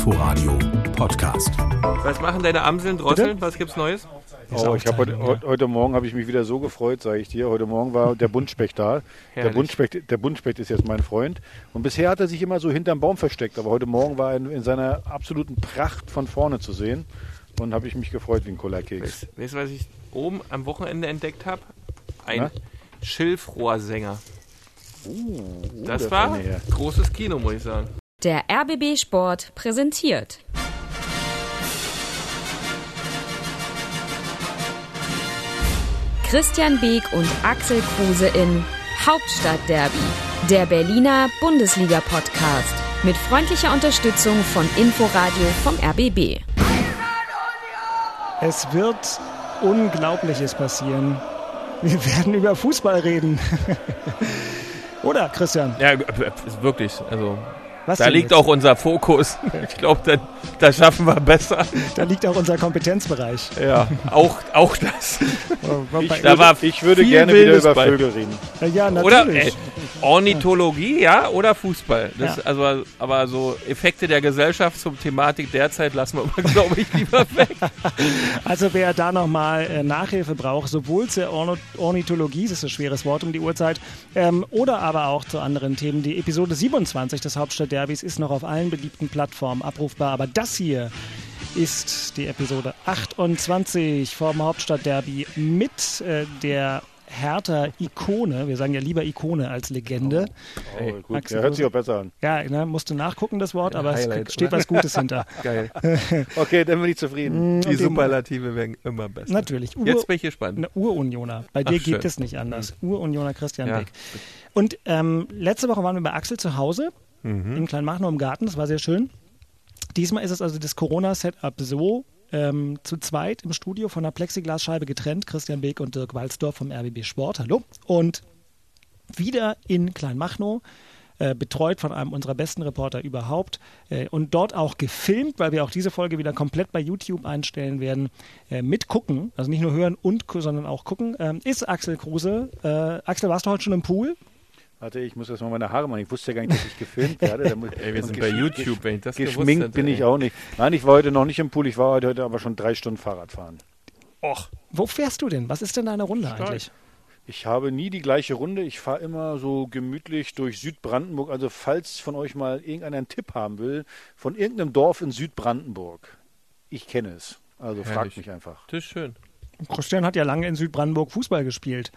Inforadio Podcast. Was machen deine Amseln, Drosseln? Was gibt's Neues? Oh, heute Morgen habe ich mich wieder so gefreut, sage ich dir. Heute Morgen war der Buntspecht da. Der Buntspecht ist jetzt mein Freund. Und bisher hat er sich immer so hinterm Baum versteckt. Aber heute Morgen war er in seiner absoluten Pracht von vorne zu sehen. Und habe ich mich gefreut wie ein Cola-Keks. Weißt du, was ich oben am Wochenende entdeckt habe? Ein Schilfrohrsänger. Das war großes Kino, muss ich sagen. Der RBB Sport präsentiert. Christian Beek und Axel Kruse in Hauptstadtderby, der Berliner Bundesliga-Podcast. Mit freundlicher Unterstützung von Inforadio vom RBB. Es wird Unglaubliches passieren. Wir werden über Fußball reden. Oder, Christian? Ja, wirklich. Also, was da liegt jetzt auch unser Fokus. Ich glaube, da schaffen wir besser. Da liegt auch unser Kompetenzbereich. Ja, auch das. Ich würde gerne wieder über Vögel reden. Ja, natürlich. Oder Ornithologie, ja, oder Fußball. Das, ja. Also, aber so Effekte der Gesellschaft zur Thematik derzeit lassen wir mal, glaube ich, lieber weg. Also wer da nochmal Nachhilfe braucht, sowohl zur Ornithologie, das ist ein schweres Wort um die Uhrzeit, oder aber auch zu anderen Themen. Die Episode 27 des Hauptstadtderbys ist noch auf allen beliebten Plattformen abrufbar, aber das hier ist die Episode 28 vom Hauptstadtderby mit der Hertha-Ikone. Wir sagen ja lieber Ikone als Legende. Oh, gut. Axel, hört sich auch besser an. Ja, ne, musst du nachgucken, das Wort, aber es steht was Gutes hinter. Geil. Okay, dann bin ich zufrieden. Die Superlative werden immer besser. Natürlich. Jetzt bin ich gespannt. Urunioner. Bei dir geht es nicht anders. Urunioner Christian Beck. Und letzte Woche waren wir bei Axel zu Hause in Kleinmachnow im Garten. Das war sehr schön. Diesmal ist es also das Corona-Setup so, zu zweit im Studio von einer Plexiglasscheibe getrennt. Christian Beek und Dirk Walzdorf vom RBB Sport. Hallo. Und wieder in Kleinmachnow, betreut von einem unserer besten Reporter überhaupt und dort auch gefilmt, weil wir auch diese Folge wieder komplett bei YouTube einstellen werden, mit gucken, also nicht nur hören sondern auch gucken, ist Axel Kruse. Axel, warst du heute schon im Pool? Warte, ich muss erst mal meine Haare machen. Ich wusste ja gar nicht, dass ich gefilmt werde. Wir sind bei YouTube, wenn ich das geschminkt hätte, bin ich auch nicht. Nein, ich war heute noch nicht im Pool. Ich war heute aber schon 3 Stunden Fahrrad fahren. Och. Wo fährst du denn? Was ist denn deine Runde eigentlich? Ich habe nie die gleiche Runde. Ich fahre immer so gemütlich durch Südbrandenburg. Also falls von euch mal irgendeiner einen Tipp haben will, von irgendeinem Dorf in Südbrandenburg. Ich kenne es. Also fragt mich einfach. Das ist schön. Christian hat ja lange in Südbrandenburg Fußball gespielt.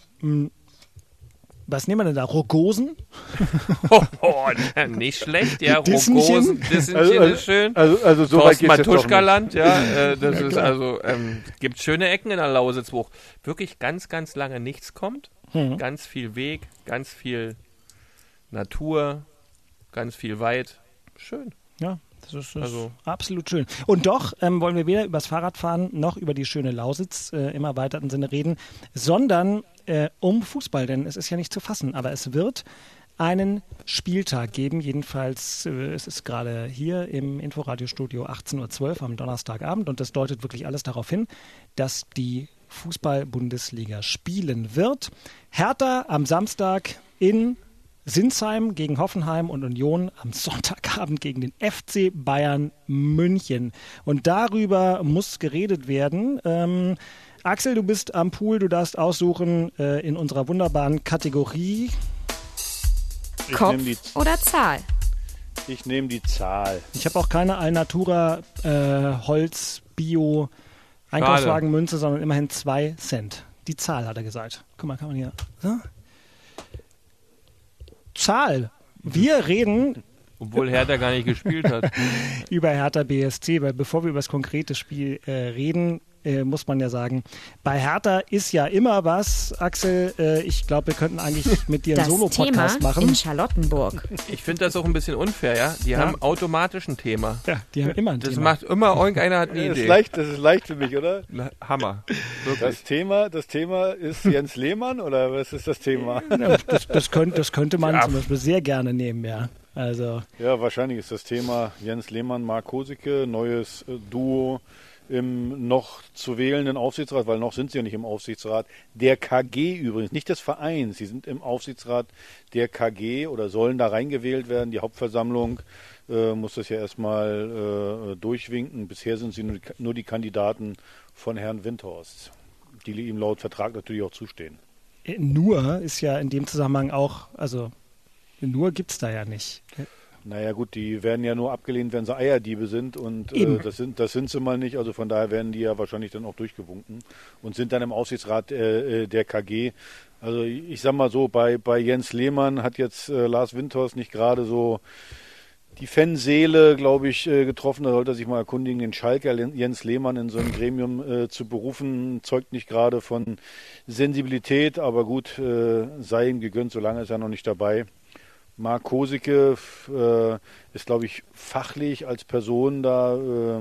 Was nehmen wir denn da? Rogosen? Nicht schlecht, ja. Rogosen, Dissenchen ist schön. Also so weit geht's jetzt doch Matuschka-Land, ja. Das ist also, gibt schöne Ecken in der Lausitz, wo wirklich ganz, ganz lange nichts kommt. Ganz viel Weg, ganz viel Natur, ganz viel Wald. Schön. Ja, das ist absolut schön. Und doch wollen wir weder über das Fahrradfahren noch über die schöne Lausitz im erweiterten Sinne reden, sondern um Fußball, denn es ist ja nicht zu fassen, aber es wird einen Spieltag geben, jedenfalls es ist gerade hier im Inforadio-Studio 18.12 Uhr am Donnerstagabend und das deutet wirklich alles darauf hin, dass die Fußball-Bundesliga spielen wird. Hertha am Samstag in Sinsheim gegen Hoffenheim und Union am Sonntagabend gegen den FC Bayern München. Und darüber muss geredet werden. Axel, du bist am Pool, du darfst aussuchen in unserer wunderbaren Kategorie. Kopf oder Zahl? Ich nehme die Zahl. Ich habe auch keine Alnatura Holz Bio Einkaufswagenmünze, sondern immerhin 2 Cent. Die Zahl, hat er gesagt. Guck mal, kann man hier... So? Zahl. Wir reden... Obwohl Hertha gar nicht gespielt hat. Über Hertha BSC, weil bevor wir über das konkrete Spiel reden, muss man ja sagen, bei Hertha ist ja immer was. Axel, ich glaube, wir könnten eigentlich mit dir einen Solo-Podcast machen. In Charlottenburg. Ich finde das auch ein bisschen unfair, ja? Die haben automatisch ein Thema. Ja, die haben immer ein das Thema. Macht immer, irgendeiner hat eine Idee. Das ist leicht für mich, oder? Hammer. Das Thema ist Jens Lehmann, oder was ist das Thema? Ja, das könnte man zum Beispiel sehr gerne nehmen, ja. Also. Ja, wahrscheinlich ist das Thema Jens Lehmann, Marc Kosicke, neues Duo im noch zu wählenden Aufsichtsrat, weil noch sind sie ja nicht im Aufsichtsrat, der KG übrigens, nicht des Vereins, sie sind im Aufsichtsrat der KG oder sollen da reingewählt werden. Die Hauptversammlung muss das ja erstmal durchwinken. Bisher sind sie nur die Kandidaten von Herrn Windhorst, die ihm laut Vertrag natürlich auch zustehen. Nur ist ja in dem Zusammenhang auch, also nur gibt es da ja nicht. Naja gut, die werden ja nur abgelehnt, wenn sie Eierdiebe sind und das sind sie mal nicht. Also von daher werden die ja wahrscheinlich dann auch durchgewunken und sind dann im Aufsichtsrat der KG. Also ich sag mal so, bei Jens Lehmann hat jetzt Lars Windhorst nicht gerade so die Fanseele, glaube ich, getroffen. Da sollte er sich mal erkundigen, den Schalker Jens Lehmann in so ein Gremium zu berufen, zeugt nicht gerade von Sensibilität, aber gut, sei ihm gegönnt, solange ist er noch nicht dabei. Marc Kosicke ist, glaube ich, fachlich als Person da,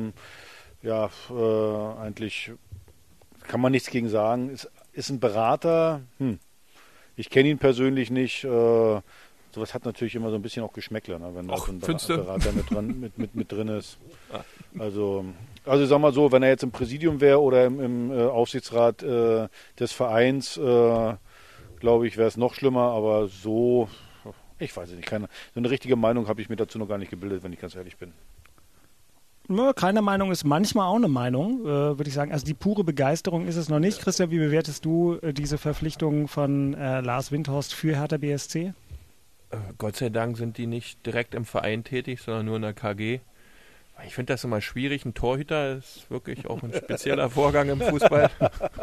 eigentlich kann man nichts gegen sagen. Ist ein Berater, ich kenne ihn persönlich nicht. Sowas hat natürlich immer so ein bisschen auch Geschmäckler, ne, wenn da so ein Berater mit drin ist. Also ich sag mal so, wenn er jetzt im Präsidium wäre oder im Aufsichtsrat des Vereins, glaube ich, wäre es noch schlimmer, aber so, ich weiß es nicht, so eine richtige Meinung habe ich mir dazu noch gar nicht gebildet, wenn ich ganz ehrlich bin. Keine Meinung ist manchmal auch eine Meinung, würde ich sagen. Also die pure Begeisterung ist es noch nicht. Christian, wie bewertest du diese Verpflichtung von Lars Windhorst für Hertha BSC? Gott sei Dank sind die nicht direkt im Verein tätig, sondern nur in der KG. Ich finde das immer schwierig. Ein Torhüter ist wirklich auch ein spezieller Vorgang im Fußball.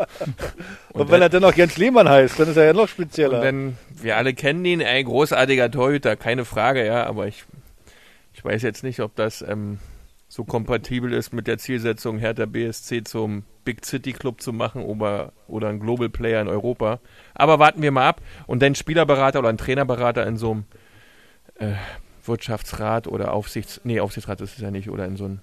Und wenn er dann auch Jens Lehmann heißt, dann ist er ja noch spezieller. Und wenn wir alle kennen ihn, ein großartiger Torhüter, keine Frage, ja. Aber ich weiß jetzt nicht, ob das so kompatibel ist mit der Zielsetzung, Hertha BSC zum Big City Club zu machen oder ein Global Player in Europa. Aber warten wir mal ab. Und dann Spielerberater oder ein Trainerberater in so einem Wirtschaftsrat oder Aufsichtsrat ist es ja nicht, oder in so einem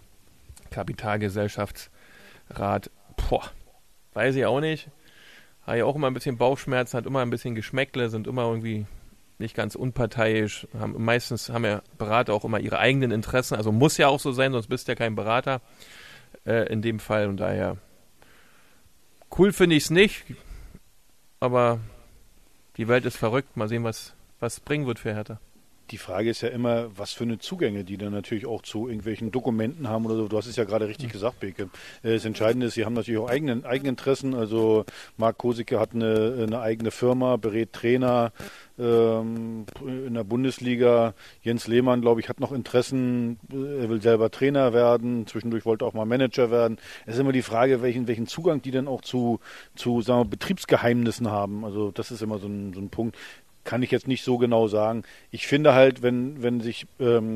Kapitalgesellschaftsrat. Weiß ich auch nicht. Habe ja auch immer ein bisschen Bauchschmerzen, hat immer ein bisschen Geschmäckle, sind immer irgendwie nicht ganz unparteiisch. Meistens haben ja Berater auch immer ihre eigenen Interessen. Also muss ja auch so sein, sonst bist du ja kein Berater in dem Fall. Und daher cool finde ich es nicht. Aber die Welt ist verrückt. Mal sehen, was bringen wird für Hertha. Die Frage ist ja immer, was für eine Zugänge die dann natürlich auch zu irgendwelchen Dokumenten haben oder so. Du hast es ja gerade richtig gesagt, Beke. Das Entscheidende ist, sie haben natürlich auch eigene Interessen. Also Marc Kosicke hat eine eigene Firma, berät Trainer in der Bundesliga. Jens Lehmann, glaube ich, hat noch Interessen. Er will selber Trainer werden. Zwischendurch wollte er auch mal Manager werden. Es ist immer die Frage, welchen Zugang die dann auch zu sagen wir, Betriebsgeheimnissen haben. Also das ist immer so ein Punkt. Kann ich jetzt nicht so genau sagen. Ich finde halt, wenn sich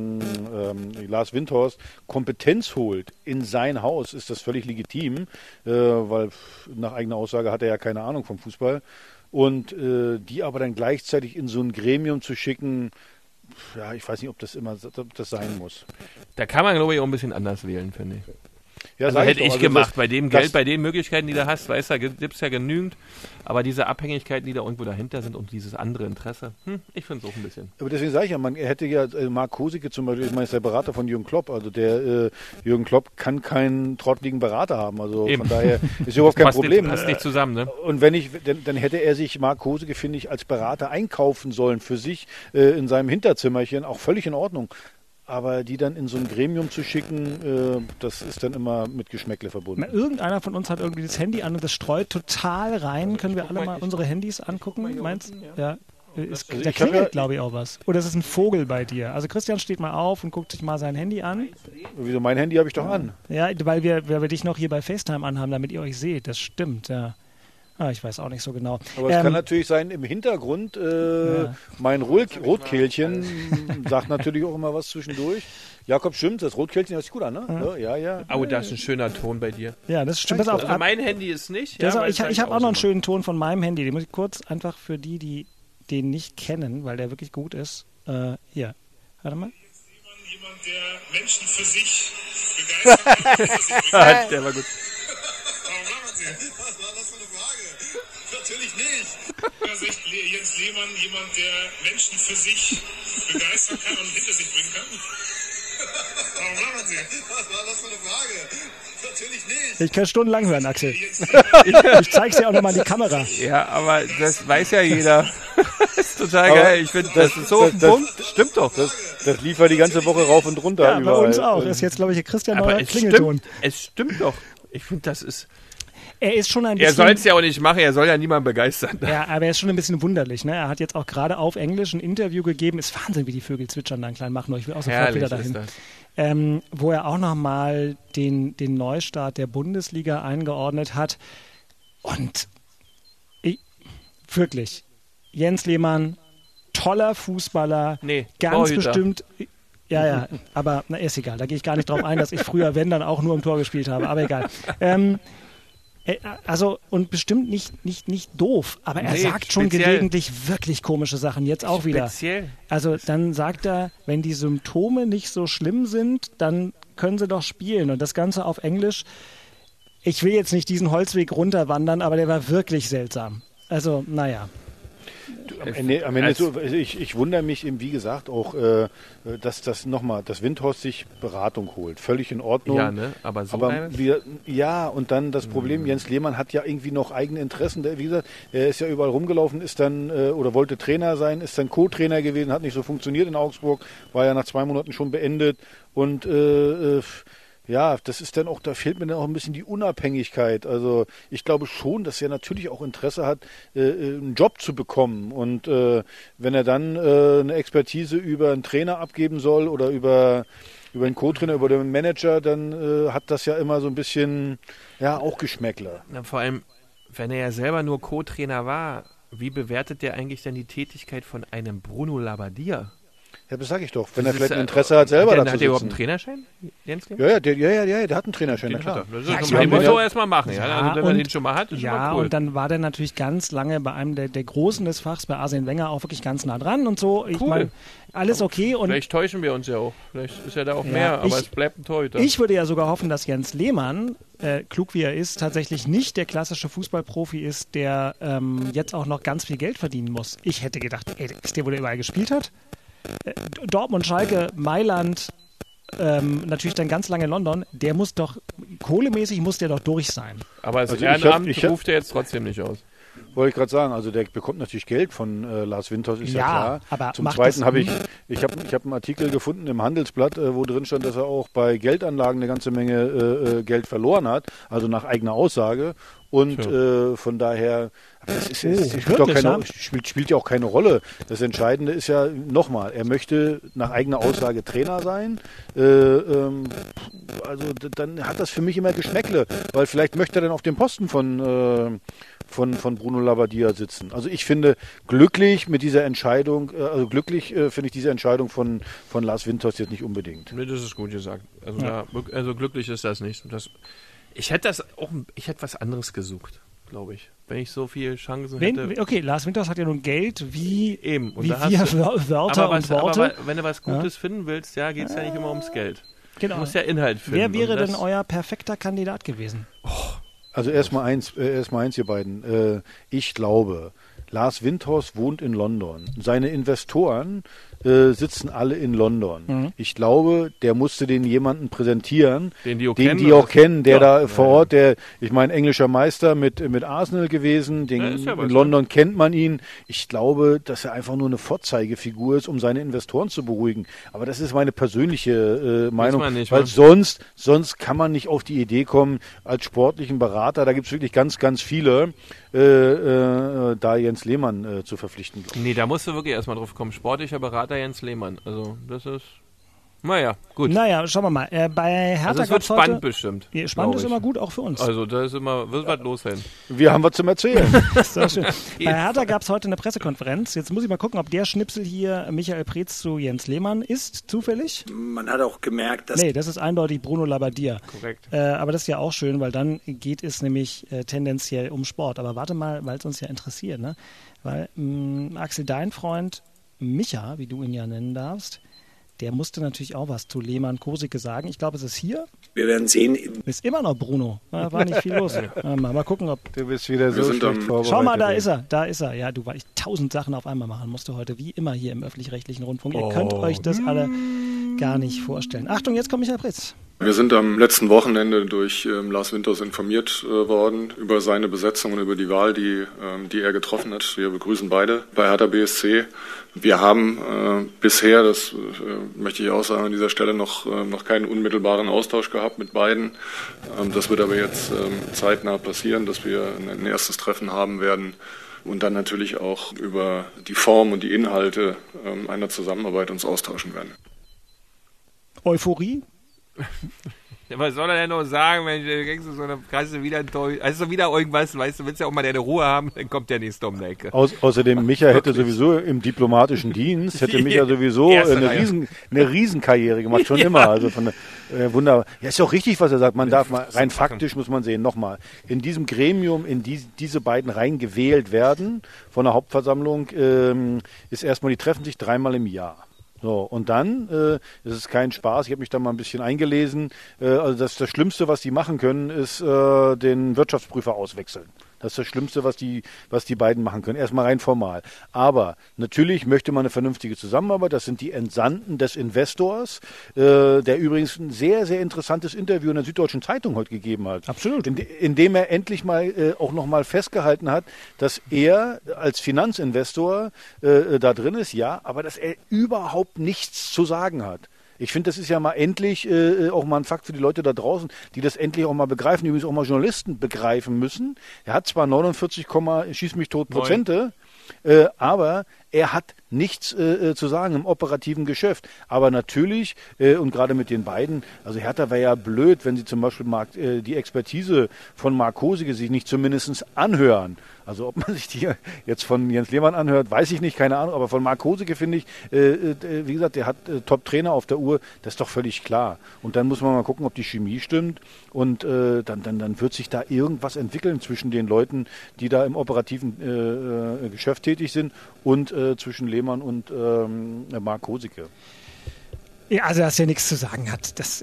Lars Windhorst Kompetenz holt in sein Haus, ist das völlig legitim, weil nach eigener Aussage hat er ja keine Ahnung vom Fußball. Und die aber dann gleichzeitig in so ein Gremium zu schicken, ja, ich weiß nicht, ob das sein muss. Da kann man, glaube ich, auch ein bisschen anders wählen, finde ich. Ja, also hätte ich gemacht, bei dem Geld, bei den Möglichkeiten, die du hast, weißt du, gibt es ja genügend, aber diese Abhängigkeiten, die da irgendwo dahinter sind und dieses andere Interesse, ich finde es auch ein bisschen. Aber deswegen sage ich ja, man hätte ja Marc Kosicke zum Beispiel, ich meine, ist der Berater von Jürgen Klopp, also der Jürgen Klopp kann keinen trottligen Berater haben, also eben. Von daher ist überhaupt kein Problem. Passt nicht zusammen, ne? Und dann hätte er sich Marc Kosicke, finde ich, als Berater einkaufen sollen für sich in seinem Hinterzimmerchen, auch völlig in Ordnung. Aber die dann in so ein Gremium zu schicken, das ist dann immer mit Geschmäckle verbunden. Irgendeiner von uns hat irgendwie das Handy an und das streut total rein. Können wir alle mal unsere Handys angucken? Meinst du? Ja. Da klingelt, glaube ich, auch was. Oder ist es ein Vogel bei dir? Also Christian steht mal auf und guckt sich mal sein Handy an. Wieso, mein Handy habe ich doch an. Ja, weil wir dich noch hier bei FaceTime anhaben, damit ihr euch seht. Das stimmt, ja. Ich weiß auch nicht so genau. Aber es kann natürlich sein, im Hintergrund, mein Rotkehlchen sagt natürlich auch immer was zwischendurch. Jakob, stimmt, das Rotkehlchen hört sich gut an, ne? Ja. Oh, das ist ein schöner Ton bei dir. Ja, das stimmt. Also mein Handy ist nicht. Ja, ich habe auch noch einen schönen Ton von meinem Handy. Den muss ich kurz einfach für die den nicht kennen, weil der wirklich gut ist. Hier, warte mal. Jemand, der Menschen für sich begeistert. Der war gut. Warum lachen Sie? Was war das für eine Frage? Natürlich nicht. Jens Lehmann, jemand, der Menschen für sich begeistern kann und hinter sich bringen kann. Warum lachen Sie? Was war das für eine Frage? Natürlich nicht. Ich kann stundenlang hören, Axel. Ich zeig's dir auch nochmal in die Kamera. Ja, aber das weiß ja jeder. Das ist total geil. Ich finde, das ist so auf den Punkt. Stimmt doch. Das lief ja die ganze Woche rauf und runter. Ja, überall. bei uns auch. Das ist jetzt, glaube ich, Christian neuer Aber Klingelton. es stimmt doch. Ich finde, das ist... Er ist schon ein bisschen... Er soll es ja auch nicht machen, er soll ja niemanden begeistern. Ja, aber er ist schon ein bisschen wunderlich. Ne? Er hat jetzt auch gerade auf Englisch ein Interview gegeben. Ist Wahnsinn, wie die Vögel zwitschern da in Kleinmachnow. Ich will auch sofort wieder dahin. Wo er auch nochmal den Neustart der Bundesliga eingeordnet hat. Und wirklich, Jens Lehmann, toller Fußballer, ganz Torhüter. Bestimmt... Ja, aber ist egal. Da gehe ich gar nicht drauf ein, dass ich früher, wenn, dann auch nur im Tor gespielt habe. Aber egal. Also, und bestimmt nicht doof, aber er sagt schon gelegentlich wirklich komische Sachen. Jetzt auch wieder. Also, dann sagt er, wenn die Symptome nicht so schlimm sind, dann können sie doch spielen. Und das Ganze auf Englisch. Ich will jetzt nicht diesen Holzweg runterwandern, aber der war wirklich seltsam. Also, naja. Am Ende ich wundere mich eben, wie gesagt, auch, dass das Windhorst sich Beratung holt. Völlig in Ordnung. Ja, ne? Aber so und dann das Problem, Jens Lehmann hat ja irgendwie noch eigene Interessen. Wie gesagt, er ist ja überall rumgelaufen, ist dann, oder wollte Trainer sein, ist dann Co-Trainer gewesen, hat nicht so funktioniert in Augsburg, war ja nach 2 Monaten schon beendet und ja, das ist dann auch, da fehlt mir dann auch ein bisschen die Unabhängigkeit. Also ich glaube schon, dass er natürlich auch Interesse hat, einen Job zu bekommen. Und wenn er dann eine Expertise über einen Trainer abgeben soll oder über einen Co-Trainer, über den Manager, dann hat das ja immer so ein bisschen, ja, auch Geschmäckler. Na, vor allem, wenn er ja selber nur Co-Trainer war, wie bewertet der eigentlich denn die Tätigkeit von einem Bruno Labbadia? Ja, das sage ich doch. Wenn er vielleicht ein Interesse hat, selber dazu zu sitzen. Hat der überhaupt einen Trainerschein? Jens ja, der hat einen Trainerschein, na klar. Den muss er erstmal machen. Ja, also, wenn man den schon mal hat, ist schon mal cool. Und dann war der natürlich ganz lange bei einem der Großen des Fachs, bei Arsene Wenger, auch wirklich ganz nah dran und so. Ich meine, alles okay. Und vielleicht täuschen wir uns ja auch. Vielleicht ist ja da auch mehr, aber es bleibt ein Torhüter. Ich würde ja sogar hoffen, dass Jens Lehmann, klug wie er ist, tatsächlich nicht der klassische Fußballprofi ist, der jetzt auch noch ganz viel Geld verdienen muss. Ich hätte gedacht, ist der, wo der überall gespielt hat? Dortmund, Schalke, Mailand, natürlich dann ganz lange London, der muss doch, kohlemäßig muss der doch durch sein. Aber das Ehrenamt ruft er jetzt trotzdem nicht aus. Wollte ich gerade sagen, also der bekommt natürlich Geld von Lars Windhorst, ist ja klar. Aber zum Zweiten habe ich hab einen Artikel gefunden im Handelsblatt, wo drin stand, dass er auch bei Geldanlagen eine ganze Menge Geld verloren hat, also nach eigener Aussage. Und von daher, das spielt ja auch keine Rolle. Das Entscheidende ist ja, nochmal, er möchte nach eigener Aussage Trainer sein. Also dann hat das für mich immer Geschmäckle, weil vielleicht möchte er dann auf dem Posten von Bruno Labbadia sitzen. Also ich finde glücklich mit dieser Entscheidung, finde ich diese Entscheidung von Lars Windhorst jetzt nicht unbedingt. Nee, das ist gut gesagt. Also glücklich ist das nicht. Ich hätte was anderes gesucht, glaube ich. Wenn ich so viele Chancen hätte. Okay, Lars Windhorst hat ja nun Geld wie Wörter und Worte. Aber wenn du was Gutes finden willst, geht es ja nicht immer ums Geld. Genau. Du musst ja Inhalt finden. Wer wäre denn euer perfekter Kandidat gewesen? Also erstmal eins, ihr beiden. Ich glaube, Lars Windhorst wohnt in London. Seine Investoren sitzen alle in London. Mhm. Ich glaube, der musste den jemanden präsentieren, den die auch kennen, der da vor Ort, ich meine, englischer Meister mit Arsenal gewesen, in London kennt man ihn. Ich glaube, dass er einfach nur eine Vorzeigefigur ist, um seine Investoren zu beruhigen. Aber das ist meine persönliche Meinung, weil sonst kann man nicht auf die Idee kommen, als sportlichen Berater, da gibt es wirklich ganz, ganz viele, da Jens Lehmann zu verpflichten. Nee, da musst du wirklich erstmal drauf kommen. Sportlicher Berater Jens Lehmann. Also, das ist. Naja, gut. Naja, schauen wir mal. Bei Hertha es wird spannend bestimmt. Spannend ist immer gut, auch für uns. Also, da ist wird was los sein. Wir haben was zum Erzählen. Sehr schön. Bei Hertha gab es heute eine Pressekonferenz. Jetzt muss ich mal gucken, ob der Schnipsel hier Michael Preetz zu Jens Lehmann ist, zufällig. Man hat auch gemerkt, dass... Nee, das ist eindeutig Bruno Labbadia. Korrekt. Aber das ist ja auch schön, weil dann geht es nämlich tendenziell um Sport. Aber warte mal, weil es uns ja interessiert, ne? Weil Axel, dein Freund Micha, wie du ihn ja nennen darfst, der musste natürlich auch was zu Lehmann-Kosicke sagen. Ich glaube, es ist hier. Wir werden sehen. Ist immer noch Bruno. War nicht viel los. Mal gucken, ob... Du bist wieder so schlecht vorbereitet. Schau mal, da ist er. Ja, weil ich 1000 Sachen auf einmal machen musste heute, wie immer hier im Öffentlich-Rechtlichen Rundfunk. Ihr könnt euch das alle... gar nicht vorstellen. Achtung, jetzt kommt Michael Preetz. Wir sind am letzten Wochenende durch Lars Winters informiert worden über seine Besetzung und über die Wahl, die er getroffen hat. Wir begrüßen beide bei Hertha BSC. Wir haben bisher, das möchte ich auch sagen an dieser Stelle, noch keinen unmittelbaren Austausch gehabt mit beiden. Das wird aber jetzt zeitnah passieren, dass wir ein erstes Treffen haben werden und dann natürlich auch über die Form und die Inhalte einer Zusammenarbeit uns austauschen werden. Euphorie? Ja, was soll er denn noch sagen, wenn du wieder irgendwas, weißt du, willst ja auch mal deine Ruhe haben, dann kommt der nächste um die Ecke. Außerdem, Micha hätte sowieso im diplomatischen Dienst, sowieso eine Riesenkarriere gemacht, schon immer. Also von wunderbar. Ja, ist ja auch richtig, was er sagt. Man darf mal, rein faktisch muss man sehen, nochmal, in diesem Gremium, in diese beiden reingewählt werden von der Hauptversammlung, ist erstmal, die treffen sich 3-mal im Jahr. So, und dann ist es kein Spaß, ich habe mich da mal ein bisschen eingelesen, also das Schlimmste, was die machen können, ist den Wirtschaftsprüfer auswechseln. Das ist das Schlimmste, was die beiden machen können. Erstmal rein formal. Aber natürlich möchte man eine vernünftige Zusammenarbeit. Das sind die Entsandten des Investors, der übrigens ein sehr, sehr interessantes Interview in der Süddeutschen Zeitung heute gegeben hat. Absolut. In dem er endlich mal auch nochmal festgehalten hat, dass er als Finanzinvestor da drin ist, ja, aber dass er überhaupt nichts zu sagen hat. Ich finde, das ist ja mal endlich auch mal ein Fakt für die Leute da draußen, die das endlich auch mal begreifen, übrigens auch mal Journalisten begreifen müssen. Er hat zwar 49, schieß mich tot Prozente, aber er hat nichts zu sagen im operativen Geschäft. Aber natürlich, und gerade mit den beiden, also Hertha wäre ja blöd, wenn sie zum Beispiel die Expertise von Marc Kosicke sich nicht zumindest anhören. Also ob man sich die jetzt von Jens Lehmann anhört, weiß ich nicht, keine Ahnung. Aber von Marc Kosicke finde ich, wie gesagt, der hat Top-Trainer auf der Uhr, das ist doch völlig klar. Und dann muss man mal gucken, ob die Chemie stimmt. Und dann wird sich da irgendwas entwickeln zwischen den Leuten, die da im operativen Geschäft tätig sind und zwischen Lehmann und Marc Kosicke. Ja, also dass er nichts zu sagen hat, das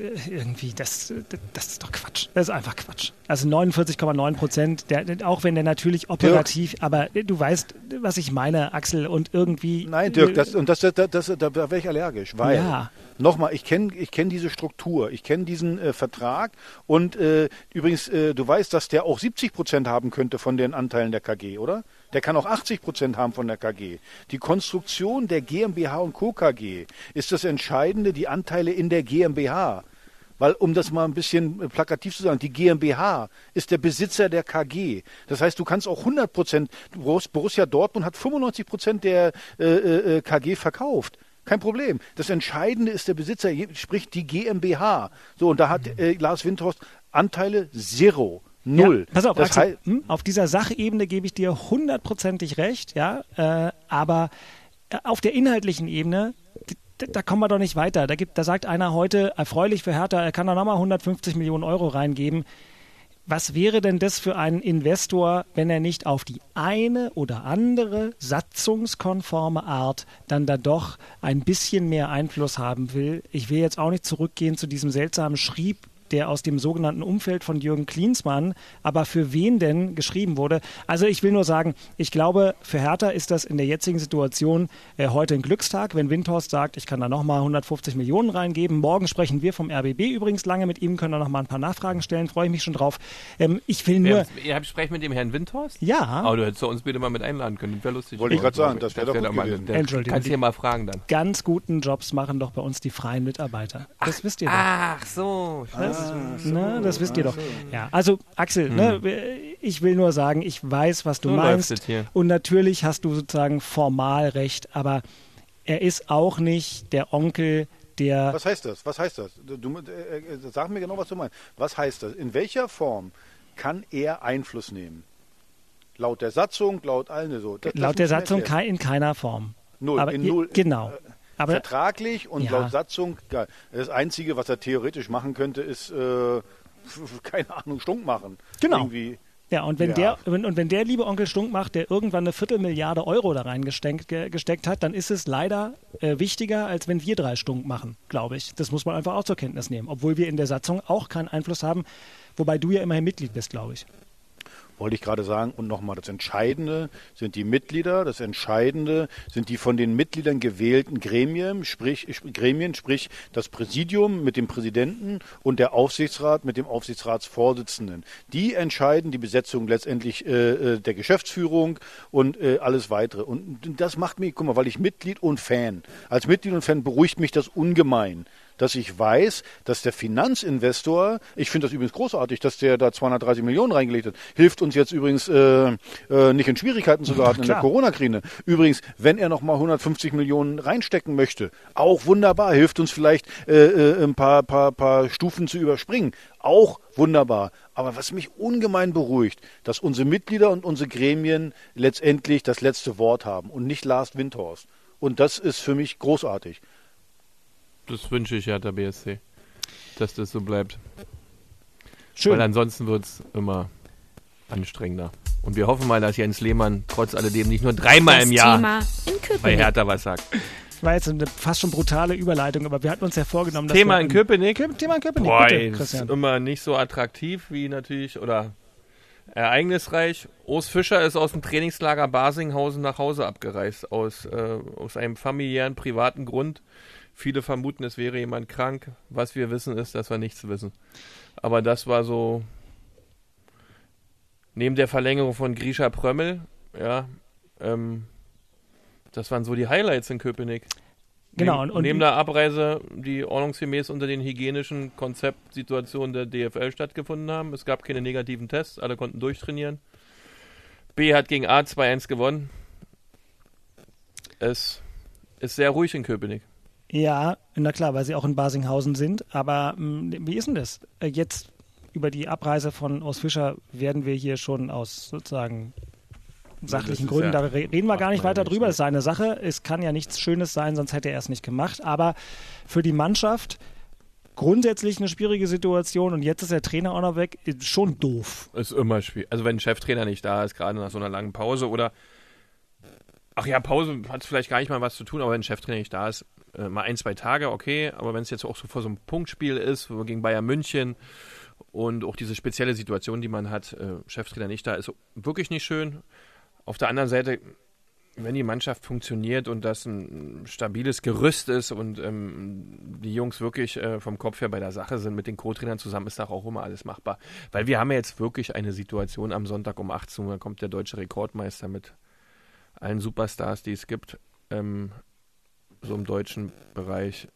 ist doch Quatsch. Das ist einfach Quatsch. Also 49,9%, auch wenn der natürlich operativ, Dirk, aber du weißt, was ich meine, Axel, und irgendwie... Nein, Dirk, da wäre ich allergisch, weil... Ja. Nochmal, ich kenn diese Struktur, ich kenne diesen Vertrag und übrigens, du weißt, dass der auch 70% haben könnte von den Anteilen der KG, oder? Der kann auch 80% haben von der KG. Die Konstruktion der GmbH und Co. KG ist das Entscheidende, die Anteile in der GmbH. Weil, um das mal ein bisschen plakativ zu sagen, die GmbH ist der Besitzer der KG. Das heißt, du kannst auch 100%, Borussia Dortmund hat 95% der KG verkauft. Kein Problem. Das Entscheidende ist der Besitzer, sprich die GmbH. So, und da hat Lars Windhorst Anteile 0. Ja, pass auf, Axel, auf dieser Sachebene gebe ich dir 100%ig recht, ja, aber auf der inhaltlichen Ebene, da kommen wir doch nicht weiter. Da sagt einer heute, erfreulich für Hertha, er kann da nochmal 150 Millionen Euro reingeben. Was wäre denn das für einen Investor, wenn er nicht auf die eine oder andere satzungskonforme Art dann da doch ein bisschen mehr Einfluss haben will? Ich will jetzt auch nicht zurückgehen zu diesem seltsamen Schrieb, der aus dem sogenannten Umfeld von Jürgen Klinsmann, aber für wen denn geschrieben wurde. Also ich will nur sagen, ich glaube, für Hertha ist das in der jetzigen Situation heute ein Glückstag, wenn Windhorst sagt, ich kann da nochmal 150 Millionen reingeben. Morgen sprechen wir vom RBB übrigens lange mit ihm, können da nochmal ein paar Nachfragen stellen, freue ich mich schon drauf. Ich will nur... Ihr sprecht mit dem Herrn Windhorst? Ja. Aber du hättest uns bitte mal mit einladen können, das wäre lustig. Wollte ich gerade sagen, das wäre doch gut gewesen. Entschuldigung. Kannst du hier mal fragen dann. Ganz guten Jobs machen doch bei uns die freien Mitarbeiter. Das wisst ihr doch. Ach so. Das wisst ihr doch. Ja, also Axel, ich will nur sagen, ich weiß, was du meinst. Und natürlich hast du sozusagen formal recht, aber er ist auch nicht der Onkel, der... Was heißt das? Sag mir genau, was du meinst. Was heißt das? In welcher Form kann er Einfluss nehmen? Laut der Satzung, laut allen so? Laut der Satzung in keiner Form. Null. Genau. Aber vertraglich und laut Satzung, das Einzige, was er theoretisch machen könnte, ist, keine Ahnung, Stunk machen. Genau. Irgendwie. Ja, und wenn der liebe Onkel Stunk macht, der irgendwann eine 250 Milliarden Euro da reingesteckt hat, dann ist es leider wichtiger, als wenn wir 3 Stunk machen, glaube ich. Das muss man einfach auch zur Kenntnis nehmen, obwohl wir in der Satzung auch keinen Einfluss haben, wobei du ja immerhin Mitglied bist, glaube ich. wollte ich gerade sagen. Und nochmal, das Entscheidende sind die Mitglieder, das Entscheidende sind die von den Mitgliedern gewählten Gremien, sprich das Präsidium mit dem Präsidenten und der Aufsichtsrat mit dem Aufsichtsratsvorsitzenden. Die entscheiden die Besetzung letztendlich der Geschäftsführung und alles weitere. Und das macht mich, guck mal, weil ich Mitglied und Fan, als Mitglied und Fan beruhigt mich das ungemein, dass ich weiß, dass der Finanzinvestor, ich finde das übrigens großartig, dass der da 230 Millionen reingelegt hat, hilft uns jetzt übrigens nicht in Schwierigkeiten zu geraten in der Corona-Krise. Übrigens, wenn er nochmal 150 Millionen reinstecken möchte, auch wunderbar, hilft uns vielleicht ein paar Stufen zu überspringen, auch wunderbar. Aber was mich ungemein beruhigt, dass unsere Mitglieder und unsere Gremien letztendlich das letzte Wort haben und nicht Lars Windhorst. Und das ist für mich großartig. Das wünsche ich Hertha BSC, dass das so bleibt. Schön. Weil ansonsten wird es immer anstrengender. Und wir hoffen mal, dass Jens Lehmann trotz alledem nicht nur dreimal im Jahr bei Hertha was sagt. Das war jetzt eine fast schon brutale Überleitung, aber wir hatten uns ja vorgenommen, dass Thema in Köpenick? Thema in Köpenick, boah, bitte, Christian. Ist immer nicht so attraktiv wie natürlich, oder ereignisreich. Urs Fischer ist aus dem Trainingslager Basinghausen nach Hause abgereist, aus einem familiären, privaten Grund. Viele vermuten, es wäre jemand krank. Was wir wissen, ist, dass wir nichts wissen. Aber das war so, neben der Verlängerung von Grisha Prömmel, ja, das waren so die Highlights in Köpenick. Genau. Und neben der Abreise, die ordnungsgemäß unter den hygienischen Konzeptsituationen der DFL stattgefunden haben. Es gab keine negativen Tests, alle konnten durchtrainieren. B hat gegen A 2-1 gewonnen. Es ist sehr ruhig in Köpenick. Ja, na klar, weil sie auch in Basinghausen sind. Aber wie ist denn das? Jetzt über die Abreise von Urs Fischer werden wir hier schon aus sozusagen sachlichen Gründen, da reden wir gar nicht weiter drüber. Das ist seine Sache. Es kann ja nichts Schönes sein, sonst hätte er es nicht gemacht. Aber für die Mannschaft grundsätzlich eine schwierige Situation und jetzt ist der Trainer auch noch weg. Ist schon doof. Ist immer schwierig. Also wenn ein Cheftrainer nicht da ist, gerade nach so einer langen Pause oder Pause hat vielleicht gar nicht mal was zu tun, aber wenn ein Cheftrainer nicht da ist, mal 1-2 Tage, okay, aber wenn es jetzt auch so vor so einem Punktspiel ist, gegen Bayern München und auch diese spezielle Situation, die man hat, Cheftrainer nicht da, ist wirklich nicht schön. Auf der anderen Seite, wenn die Mannschaft funktioniert und das ein stabiles Gerüst ist und die Jungs wirklich vom Kopf her bei der Sache sind, mit den Co-Trainern zusammen, ist da auch immer alles machbar. Weil wir haben ja jetzt wirklich eine Situation am Sonntag um 18 Uhr, da kommt der deutsche Rekordmeister mit allen Superstars, die es gibt, so im deutschen Bereich.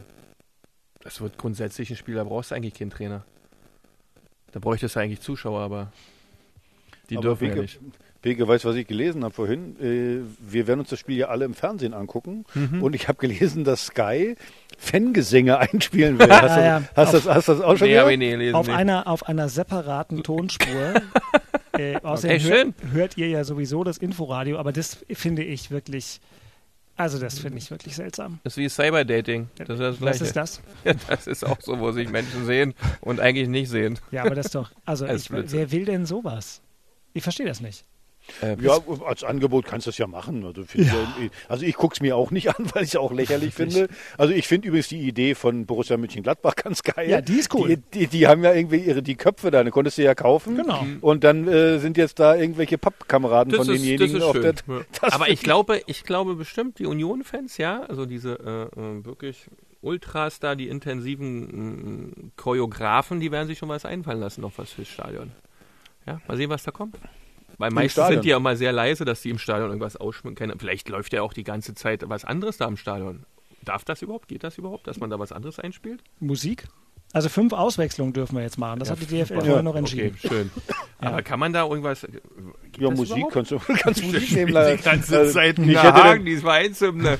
Das wird grundsätzlich ein Spiel, da brauchst du eigentlich keinen Trainer. Da bräuchtest du eigentlich Zuschauer, aber die dürfen ja nicht. Beke, weißt du, was ich gelesen habe vorhin? Wir werden uns das Spiel ja alle im Fernsehen angucken. Und ich habe gelesen, dass Sky Fangesänge einspielen will. Hast du das auch schon gehört? Auf einer separaten Tonspur. Außerdem hört ihr ja sowieso das Inforadio, aber das finde ich wirklich... Also das finde ich wirklich seltsam. Das ist wie Cyberdating. Das ist das Gleiche. Was ist das? Ja, das ist auch so, wo sich Menschen sehen und eigentlich nicht sehen. Ja, aber das ist doch... Also wer will denn sowas? Ich verstehe das nicht. Ja, als Angebot kannst du das ja machen. Also ich gucke es mir auch nicht an, weil ich es auch lächerlich finde. Also ich finde übrigens die Idee von Borussia Mönchengladbach ganz geil. Ja, die ist cool. Die haben ja irgendwie die Köpfe da, die konntest du ja kaufen. Genau. Und dann sind jetzt da irgendwelche Pappkameraden von denjenigen. Das ist schön. Aber ich glaube bestimmt, die Union-Fans, ja, also diese wirklich Ultras da, die intensiven Choreografen, die werden sich schon was einfallen lassen noch was fürs Stadion. Ja, mal sehen, was da kommt. Weil meistens sind die ja immer sehr leise, dass die im Stadion irgendwas ausschmücken können. Vielleicht läuft ja auch die ganze Zeit was anderes da im Stadion. Darf das überhaupt? Geht das überhaupt, dass man da was anderes einspielt? Musik? Also 5 Auswechslungen dürfen wir jetzt machen. Das hat die DFL vorher noch entschieden. Okay, schön. Aber kann man da irgendwas... Ja, Musik kannst du Musik nehmen. Die ganze Zeit Hagen, die Vereinshymne.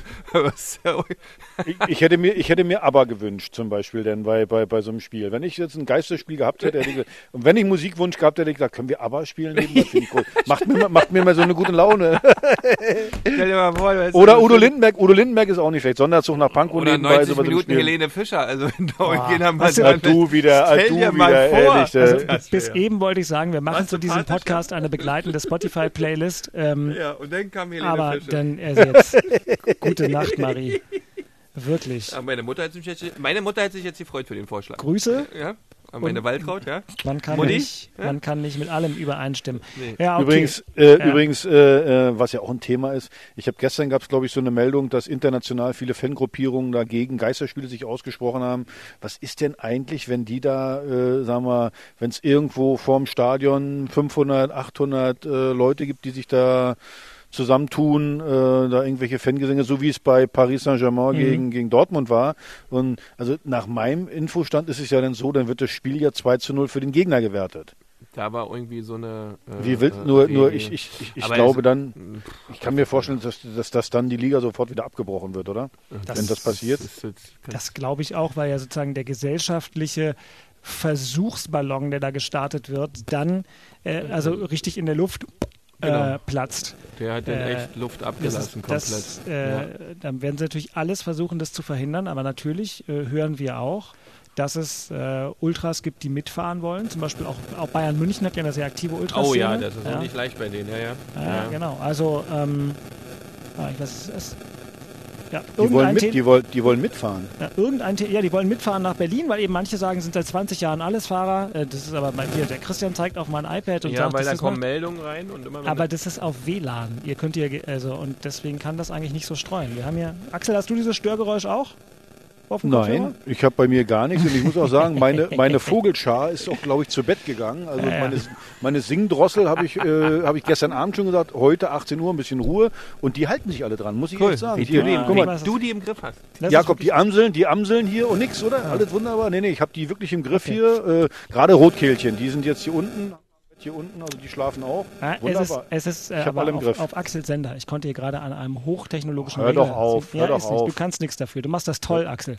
Ich hätte mir ABBA gewünscht, zum Beispiel, denn bei so einem Spiel. Wenn ich jetzt ein Geisterspiel gehabt hätte, und wenn ich einen Musikwunsch gehabt hätte, hätte ich gesagt, können wir ABBA spielen? Das finde ich cool. Macht mir mal so eine gute Laune. Stell dir mal vor, oder Udo Lindenberg. Udo Lindenberg ist auch nicht schlecht. Sonderzug nach Pankow. Oder 90 Minuten Helene Fischer. Also du wieder. Ehrlich, also, bis eben wollte ich sagen, wir machen zu diesem Podcast eine begleitende Spotify-Playlist. Ja, und dann kam Helene aber Fischer. Dann jetzt. Gute Nacht, Marie. Wirklich. Ja, meine Mutter hat sich jetzt gefreut für den Vorschlag. Grüße? Ja. Meine Waltraud, ja? Man kann nicht mit allem übereinstimmen. Nee. Ja, okay. Übrigens, was ja auch ein Thema ist, gestern gab es, glaube ich, so eine Meldung, dass international viele Fangruppierungen dagegen Geisterspiele sich ausgesprochen haben. Was ist denn eigentlich, wenn die da, wenn es irgendwo vorm Stadion 500, 800 Leute gibt, die sich da zusammentun, da irgendwelche Fangesänge, so wie es bei Paris Saint-Germain gegen Dortmund war. Und also nach meinem Infostand ist es ja dann so, dann wird das Spiel ja 2-0 für den Gegner gewertet. Da war irgendwie so eine... ich glaube dann, ich kann mir vorstellen, dass dann die Liga sofort wieder abgebrochen wird, oder? Wenn das passiert. Das glaube ich auch, weil ja sozusagen der gesellschaftliche Versuchsballon, der da gestartet wird, dann also richtig in der Luft platzt. Der hat dann echt Luft abgelassen komplett. Dann werden sie natürlich alles versuchen, das zu verhindern, aber natürlich hören wir auch, dass es Ultras gibt, die mitfahren wollen. Zum Beispiel auch Bayern München hat ja eine sehr aktive Ultraszene. Oh ja, das ist auch nicht leicht bei denen, ja. Genau. Also, ich weiß es. Ja, die wollen mitfahren. Die wollen mitfahren nach Berlin, weil eben manche sagen, sind seit 20 Jahren Allesfahrer. Das ist aber bei dir, der Christian zeigt auf mein iPad und sagt, weil da kommen Meldungen rein und immer. Aber das ist auf WLAN. Ihr könnt und deswegen kann das eigentlich nicht so streuen. Wir haben hier, Axel, hast du dieses Störgeräusch auch? Nein, ich habe bei mir gar nichts und ich muss auch sagen, meine Vogelschar ist auch, glaube ich, zu Bett gegangen. Also meine Singdrossel habe ich gestern Abend schon gesagt, heute 18 Uhr ein bisschen Ruhe und die halten sich alle dran, muss ich echt sagen. Guck mal, du die im Griff hast. Jakob, die Amseln hier und nix, oder? Ja. Alles wunderbar. Nee, ich habe die wirklich im Griff hier. Gerade Rotkehlchen, die sind jetzt hier unten, also die schlafen auch. Wunderbar. Es ist aber auf Axels Sender. Ich konnte hier gerade an einem hochtechnologischen Hör doch auf. Du kannst nichts dafür. Du machst das toll, Axel.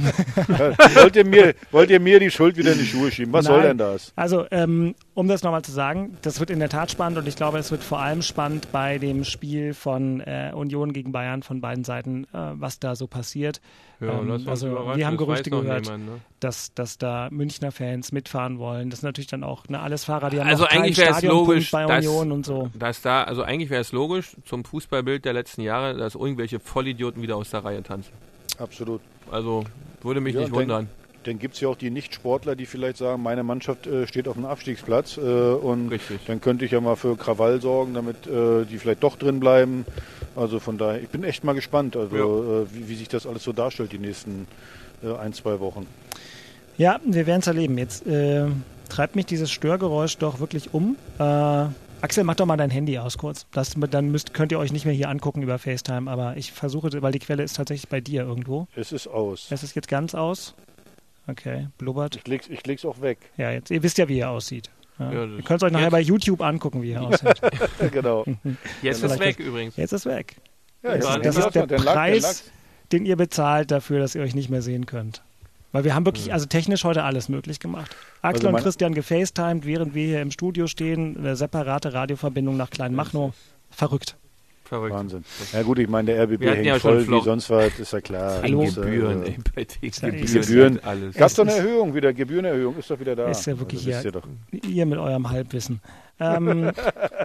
Wollt ihr mir die Schuld wieder in die Schuhe schieben? Was soll denn das? Also, um das nochmal zu sagen, das wird in der Tat spannend und ich glaube, es wird vor allem spannend bei dem Spiel von Union gegen Bayern von beiden Seiten, was da so passiert. Ja, wir haben Gerüchte gehört, dass da Münchner Fans mitfahren wollen. Das ist natürlich dann auch Allesfahrer, die haben also noch keinen Stadionpunkt bei Union und so. Also eigentlich wäre es logisch zum Fußballbild der letzten Jahre, dass irgendwelche Vollidioten wieder aus der Reihe tanzen. Absolut. Also würde mich nicht wundern. Dann gibt es ja auch die Nicht-Sportler, die vielleicht sagen, meine Mannschaft steht auf dem Abstiegsplatz und Richtig. Dann könnte ich ja mal für Krawall sorgen, damit die vielleicht doch drin bleiben. Also von daher, ich bin echt mal gespannt, wie sich das alles so darstellt die nächsten 1-2 Wochen. Ja, wir werden es erleben. Jetzt treibt mich dieses Störgeräusch doch wirklich um. Axel, mach doch mal dein Handy aus kurz. Könnt ihr euch nicht mehr hier angucken über FaceTime, aber ich versuche, weil die Quelle ist tatsächlich bei dir irgendwo. Es ist aus. Es ist jetzt ganz aus. Okay, blubbert. Ich leg's auch weg. Ja, ihr wisst ja, wie er aussieht. Ja. Ihr könnt es euch nachher bei YouTube angucken, wie er aussieht. Genau. Jetzt ist weg übrigens. Jetzt ist weg. Ja, das ist der Preis, den ihr bezahlt dafür, dass ihr euch nicht mehr sehen könnt. Weil wir haben wirklich, also technisch heute alles möglich gemacht. Axel und Christian gefacetimed, während wir hier im Studio stehen, eine separate Radioverbindung nach Kleinmachnow. Verrückt. Wahnsinn. Ja gut, ich meine, der RBB hängt voll wie sonst was, ist ja klar. Gebühren, Gebühren. Alles. Gab doch eine Erhöhung wieder, Gebührenerhöhung ist doch wieder da. Ist ja wirklich also, ihr mit eurem Halbwissen. Jetzt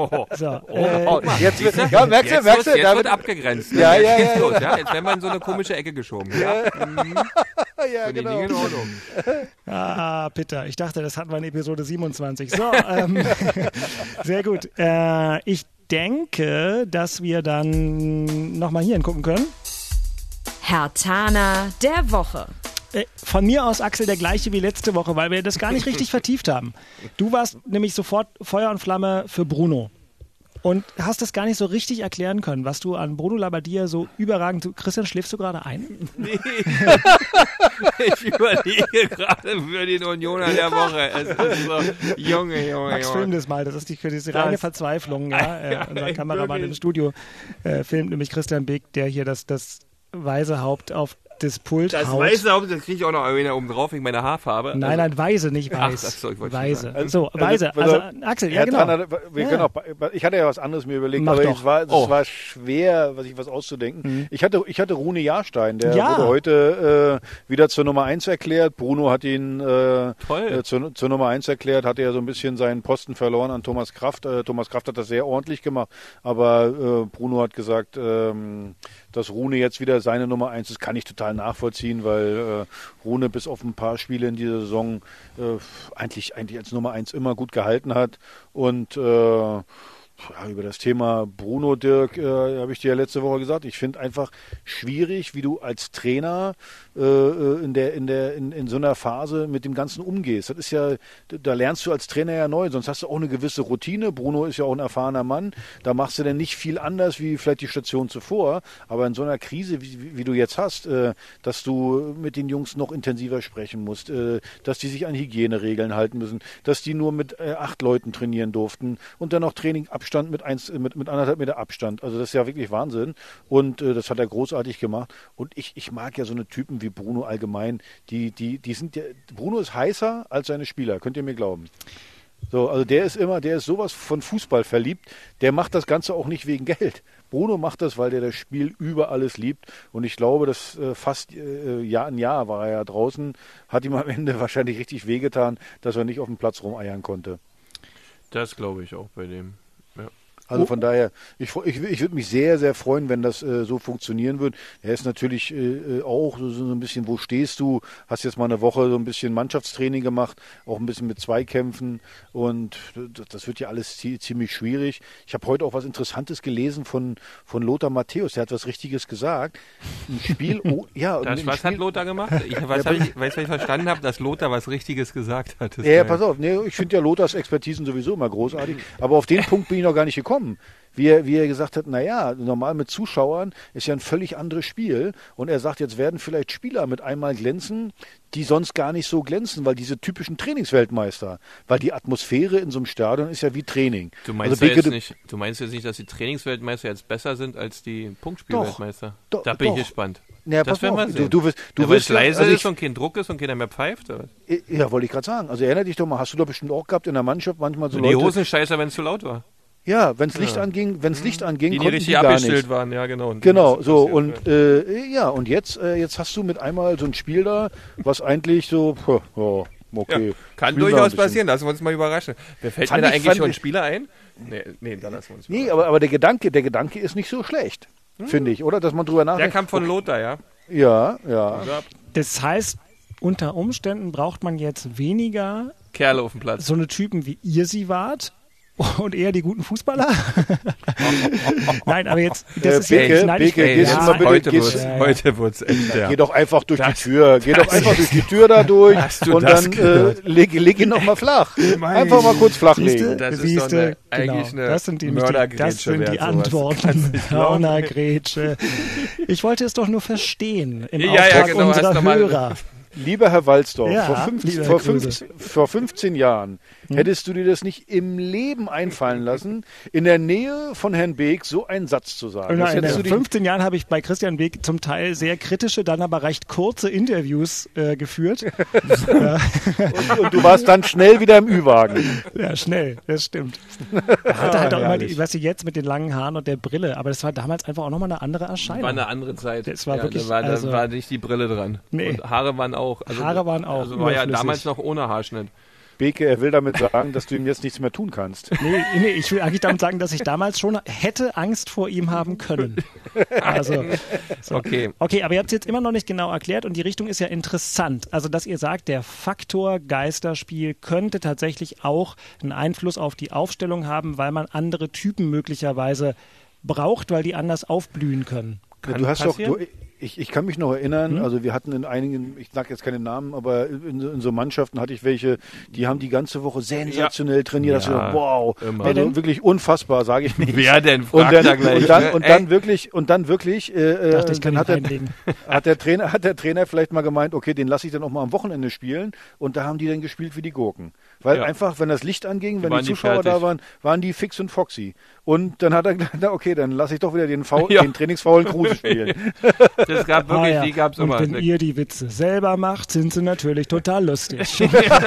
wird abgegrenzt. Ja. Jetzt werden wir in so eine komische Ecke geschoben. Ja, genau. In Ordnung. Peter, ich dachte, das hatten wir in Episode 27. So, sehr gut. Ich denke, dass wir dann nochmal hier hingucken können. Herr Thaner der Woche. Von mir aus, Axel, der gleiche wie letzte Woche, weil wir das gar nicht richtig vertieft haben. Du warst nämlich sofort Feuer und Flamme für Bruno. Und hast das gar nicht so richtig erklären können, was du an Bruno Labbadia so überragend... Christian, schläfst du gerade ein? Nee. Ich überlege gerade für den Unioner der Woche. Es ist so, Junge. Max, film das mal. Das ist diese reine Verzweiflung. Ja? Unser Kameramann im Studio filmt nämlich Christian Beek, der hier das weise Haupt auf das Pult haut. Das weiße Haupt, das kriege ich auch noch einer oben drauf wegen meiner Haarfarbe. Nein, weise, nicht weiß. Weise. Weise. Also, Axel, ja genau. Ich hatte ja was anderes mir überlegt, aber es war schwer, was auszudenken. Ich hatte Rune Jahrstein, der wurde heute wieder zur Nummer 1 erklärt. Bruno hat ihn zur Nummer 1 erklärt, hatte ja so ein bisschen seinen Posten verloren an Thomas Kraft. Thomas Kraft hat das sehr ordentlich gemacht, aber Bruno hat gesagt, dass Rune jetzt wieder seine Nummer 1 ist, kann ich total nachvollziehen, weil Rune bis auf ein paar Spiele in dieser Saison eigentlich als Nummer 1 immer gut gehalten hat. Und über das Thema Bruno, Dirk, habe ich dir ja letzte Woche gesagt, ich finde einfach schwierig, wie du als Trainer in so einer Phase mit dem Ganzen umgehst. Das ist ja, da lernst du als Trainer ja neu, sonst hast du auch eine gewisse Routine. Bruno ist ja auch ein erfahrener Mann, da machst du dann nicht viel anders wie vielleicht die Station zuvor, aber in so einer Krise, wie du jetzt hast, dass du mit den Jungs noch intensiver sprechen musst, dass die sich an Hygieneregeln halten müssen, dass die nur mit 8 Leuten trainieren durften und dann noch Trainingabstand mit 1,5 Meter Abstand. Also das ist ja wirklich Wahnsinn und das hat er großartig gemacht und ich mag ja so eine Typen wie Bruno allgemein, die sind ja, Bruno ist heißer als seine Spieler, könnt ihr mir glauben. So, also der ist sowas von Fußball verliebt, der macht das Ganze auch nicht wegen Geld. Bruno macht das, weil der das Spiel über alles liebt und ich glaube, dass fast Jahr ein Jahr war er ja draußen, hat ihm am Ende wahrscheinlich richtig wehgetan, dass er nicht auf dem Platz rumeiern konnte. Das glaube ich auch bei dem. Ja. Also von daher, ich würde mich sehr, sehr freuen, wenn das so funktionieren wird. Er ist natürlich auch so ein bisschen, wo stehst du? Hast jetzt mal eine Woche so ein bisschen Mannschaftstraining gemacht, auch ein bisschen mit Zweikämpfen und das wird ja alles ziemlich schwierig. Ich habe heute auch was Interessantes gelesen von Lothar Matthäus, der hat was Richtiges gesagt. Ein Spiel, was hat Lothar gemacht? Was ich verstanden habe, dass Lothar was Richtiges gesagt hat. Ja, pass auf, ich finde ja Lothars Expertisen sowieso immer großartig, aber auf den Punkt bin ich noch gar nicht gekommen. Wie er gesagt hat, normal mit Zuschauern ist ja ein völlig anderes Spiel. Und er sagt, jetzt werden vielleicht Spieler mit einmal glänzen, die sonst gar nicht so glänzen, weil diese typischen Trainingsweltmeister, weil die Atmosphäre in so einem Stadion ist ja wie Training. Du meinst jetzt nicht, dass die Trainingsweltmeister jetzt besser sind als die Punktspielweltmeister? Da bin ich gespannt. Ja, das werden wir sehen. Du weil es leise ist und kein Druck ist und keiner mehr pfeift? Oder? Ja, wollte ich gerade sagen. Also erinnere dich doch mal, hast du doch bestimmt auch gehabt in der Mannschaft manchmal so die Leute... Die Hosenscheißer, wenn es zu laut war. Ja, wenn es Licht anging, die konnten richtig abgestellt waren, ja genau. Genau, so und und jetzt hast du mit einmal so ein Spiel da, was eigentlich so, okay. Ja, kann durchaus passieren, lassen wir uns mal überraschen. Wer fällt mir da eigentlich schon Spieler ein? Nee, dann lassen wir uns überraschen. aber der Gedanke ist nicht so schlecht, finde ich, oder? Dass man drüber nachdenkt. Der kam von Lothar, ja? Ja. Das heißt, unter Umständen braucht man jetzt weniger Kerle auf dem Platz. So eine Typen, wie ihr sie wart. Und eher die guten Fußballer? Nein, aber jetzt... Das Beke, gehst du mal bitte... Heute wird's echt, Geh doch einfach durch die Tür. Geh doch einfach durch die Tür da durch und dann leg ihn noch mal flach. Einfach mal kurz flach legen. Das ist doch eigentlich eine Mördergrätsche. Das sind die Antworten. Mördergrätsche. Ich wollte es doch nur verstehen im Auftrag unserer Hörer. Lieber Herr Walsdorf, vor 15 Jahren hättest du dir das nicht im Leben einfallen lassen, in der Nähe von Herrn Beek so einen Satz zu sagen. Nein, in 15 Jahren habe ich bei Christian Beek zum Teil sehr kritische, dann aber recht kurze Interviews geführt. und du warst dann schnell wieder im Ü-Wagen. Ja, schnell, das stimmt. Er hatte halt auch immer, was sie jetzt mit den langen Haaren und der Brille, aber das war damals einfach auch nochmal eine andere Erscheinung. War eine andere Zeit. Das war wirklich, da war nicht die Brille dran. Nee. Und Haare waren auch. Haare waren auch. Also war ja damals noch ohne Haarschnitt. Beke, er will damit sagen, dass du ihm jetzt nichts mehr tun kannst. Nee, ich will eigentlich damit sagen, dass ich damals schon hätte Angst vor ihm haben können. Also, so. Okay, aber ihr habt es jetzt immer noch nicht genau erklärt und die Richtung ist ja interessant. Also, dass ihr sagt, der Faktor Geisterspiel könnte tatsächlich auch einen Einfluss auf die Aufstellung haben, weil man andere Typen möglicherweise braucht, weil die anders aufblühen können. Du hast doch... Ich kann mich noch erinnern, also wir hatten in einigen, ich sage jetzt keine Namen, aber in so Mannschaften hatte ich welche, die haben die ganze Woche sensationell trainiert. Ja, wow, also wirklich unfassbar, sage ich nicht. Wer denn? Fragt da gleich. Und dann wirklich, hat der Trainer vielleicht mal gemeint, okay, den lasse ich dann auch mal am Wochenende spielen und da haben die dann gespielt wie die Gurken. Weil einfach, wenn das Licht anging, wenn die Zuschauer da waren, waren die fix und foxy. Und dann hat er gesagt, okay, dann lasse ich doch wieder den trainingsfaulen Kruse spielen. Das gab wirklich, die gab's immer. Und wenn ihr die Witze selber macht, sind sie natürlich total lustig.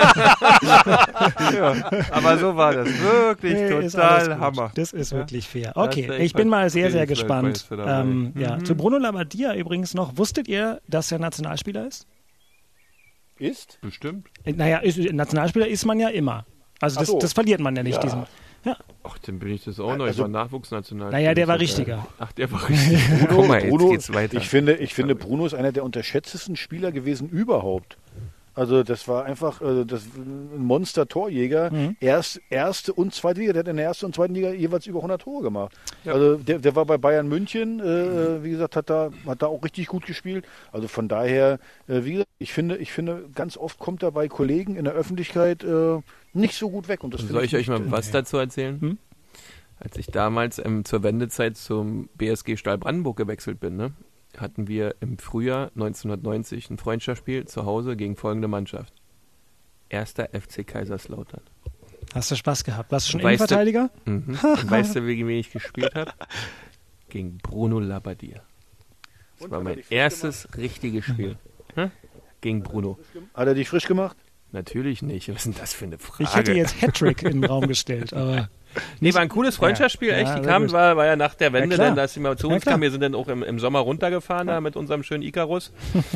Aber so war das. Wirklich total Hammer. Das ist wirklich fair. Okay, ich bin mal sehr, sehr gespannt. Zu Bruno Labbadia übrigens noch. Wusstet ihr, dass er Nationalspieler ist? Ist? Bestimmt. Naja, Nationalspieler ist man ja immer. Also das verliert man ja nicht. Ja. dann bin ich das auch noch. Ich war Nachwuchsnationalspieler. Naja, der war richtiger. Ach, der war richtiger. Bruno, jetzt geht's weiter. Ich finde, Bruno ist einer der unterschätztesten Spieler gewesen überhaupt. Also das war einfach ein Monster-Torjäger. Erste und zweite Liga. Der hat in der ersten und zweiten Liga jeweils über 100 Tore gemacht. Ja. Also der war bei Bayern München, wie gesagt, hat da auch richtig gut gespielt. Also von daher, wie gesagt, ich finde, ganz oft kommt er bei Kollegen in der Öffentlichkeit nicht so gut weg. Und das soll ich euch mal was dazu erzählen? Als ich damals zur Wendezeit zum BSG Stahl Brandenburg gewechselt bin, ne? Hatten wir im Frühjahr 1990 ein Freundschaftsspiel zu Hause gegen folgende Mannschaft. 1. FC Kaiserslautern. Hast du Spaß gehabt? Warst du schon Innenverteidiger? Weißt du, wie ich gespielt habe? Gegen Bruno Labbadia. Das war mein erstes richtiges Spiel. Gegen Bruno. Hat er dich frisch gemacht? Natürlich nicht. Was ist denn das für eine Frage? Ich hätte jetzt Hattrick in den Raum gestellt, aber... Nee, war ein cooles Freundschaftsspiel, echt. Die kamen, war ja nach der Wende, dann, dass sie mal zu uns kamen. Wir sind dann auch im Sommer runtergefahren da mit unserem schönen Icarus.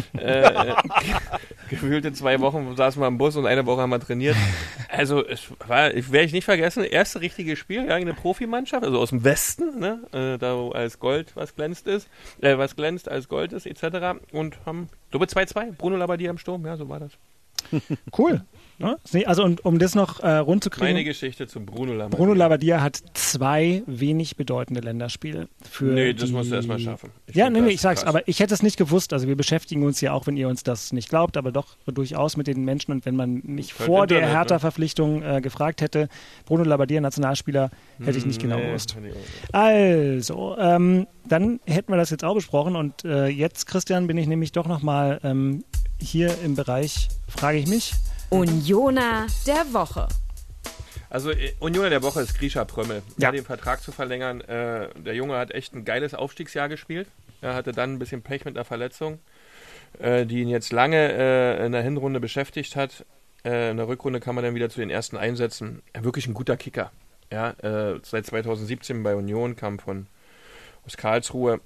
Gefühlte 2 Wochen saßen wir im Bus und eine Woche haben wir trainiert. Also, werde ich nicht vergessen, erste richtige Spiel, ja, eine Profimannschaft, also aus dem Westen, ne, da wo als Gold was glänzt als Gold ist, etc. Und haben, glaube 2-2, Bruno Labbadia im Sturm, ja, so war das. Cool. Ja, also und um das noch rund zu kriegen. Meine Geschichte zu Bruno Labbadia. Bruno Labbadia hat 2 wenig bedeutende Länderspiele. Das musst du erstmal schaffen. Ich sag's, aber ich hätte es nicht gewusst. Also wir beschäftigen uns ja auch, wenn ihr uns das nicht glaubt, aber doch durchaus mit den Menschen. Und wenn man nicht vor der Hertha-Verpflichtung gefragt hätte, Bruno Labbadia, Nationalspieler, hätte ich nicht genau gewusst. Also, dann hätten wir das jetzt auch besprochen. Und jetzt, Christian, bin ich nämlich doch nochmal hier im Bereich, frage ich mich, Unioner der Woche. Also Unioner der Woche ist Grisha Prömmel. Ja. Den Vertrag zu verlängern. Der Junge hat echt ein geiles Aufstiegsjahr gespielt. Er hatte dann ein bisschen Pech mit einer Verletzung, die ihn jetzt lange in der Hinrunde beschäftigt hat. In der Rückrunde kann man dann wieder zu den ersten einsetzen. Wirklich ein guter Kicker. Ja, seit 2017 bei Union, kam aus Karlsruhe,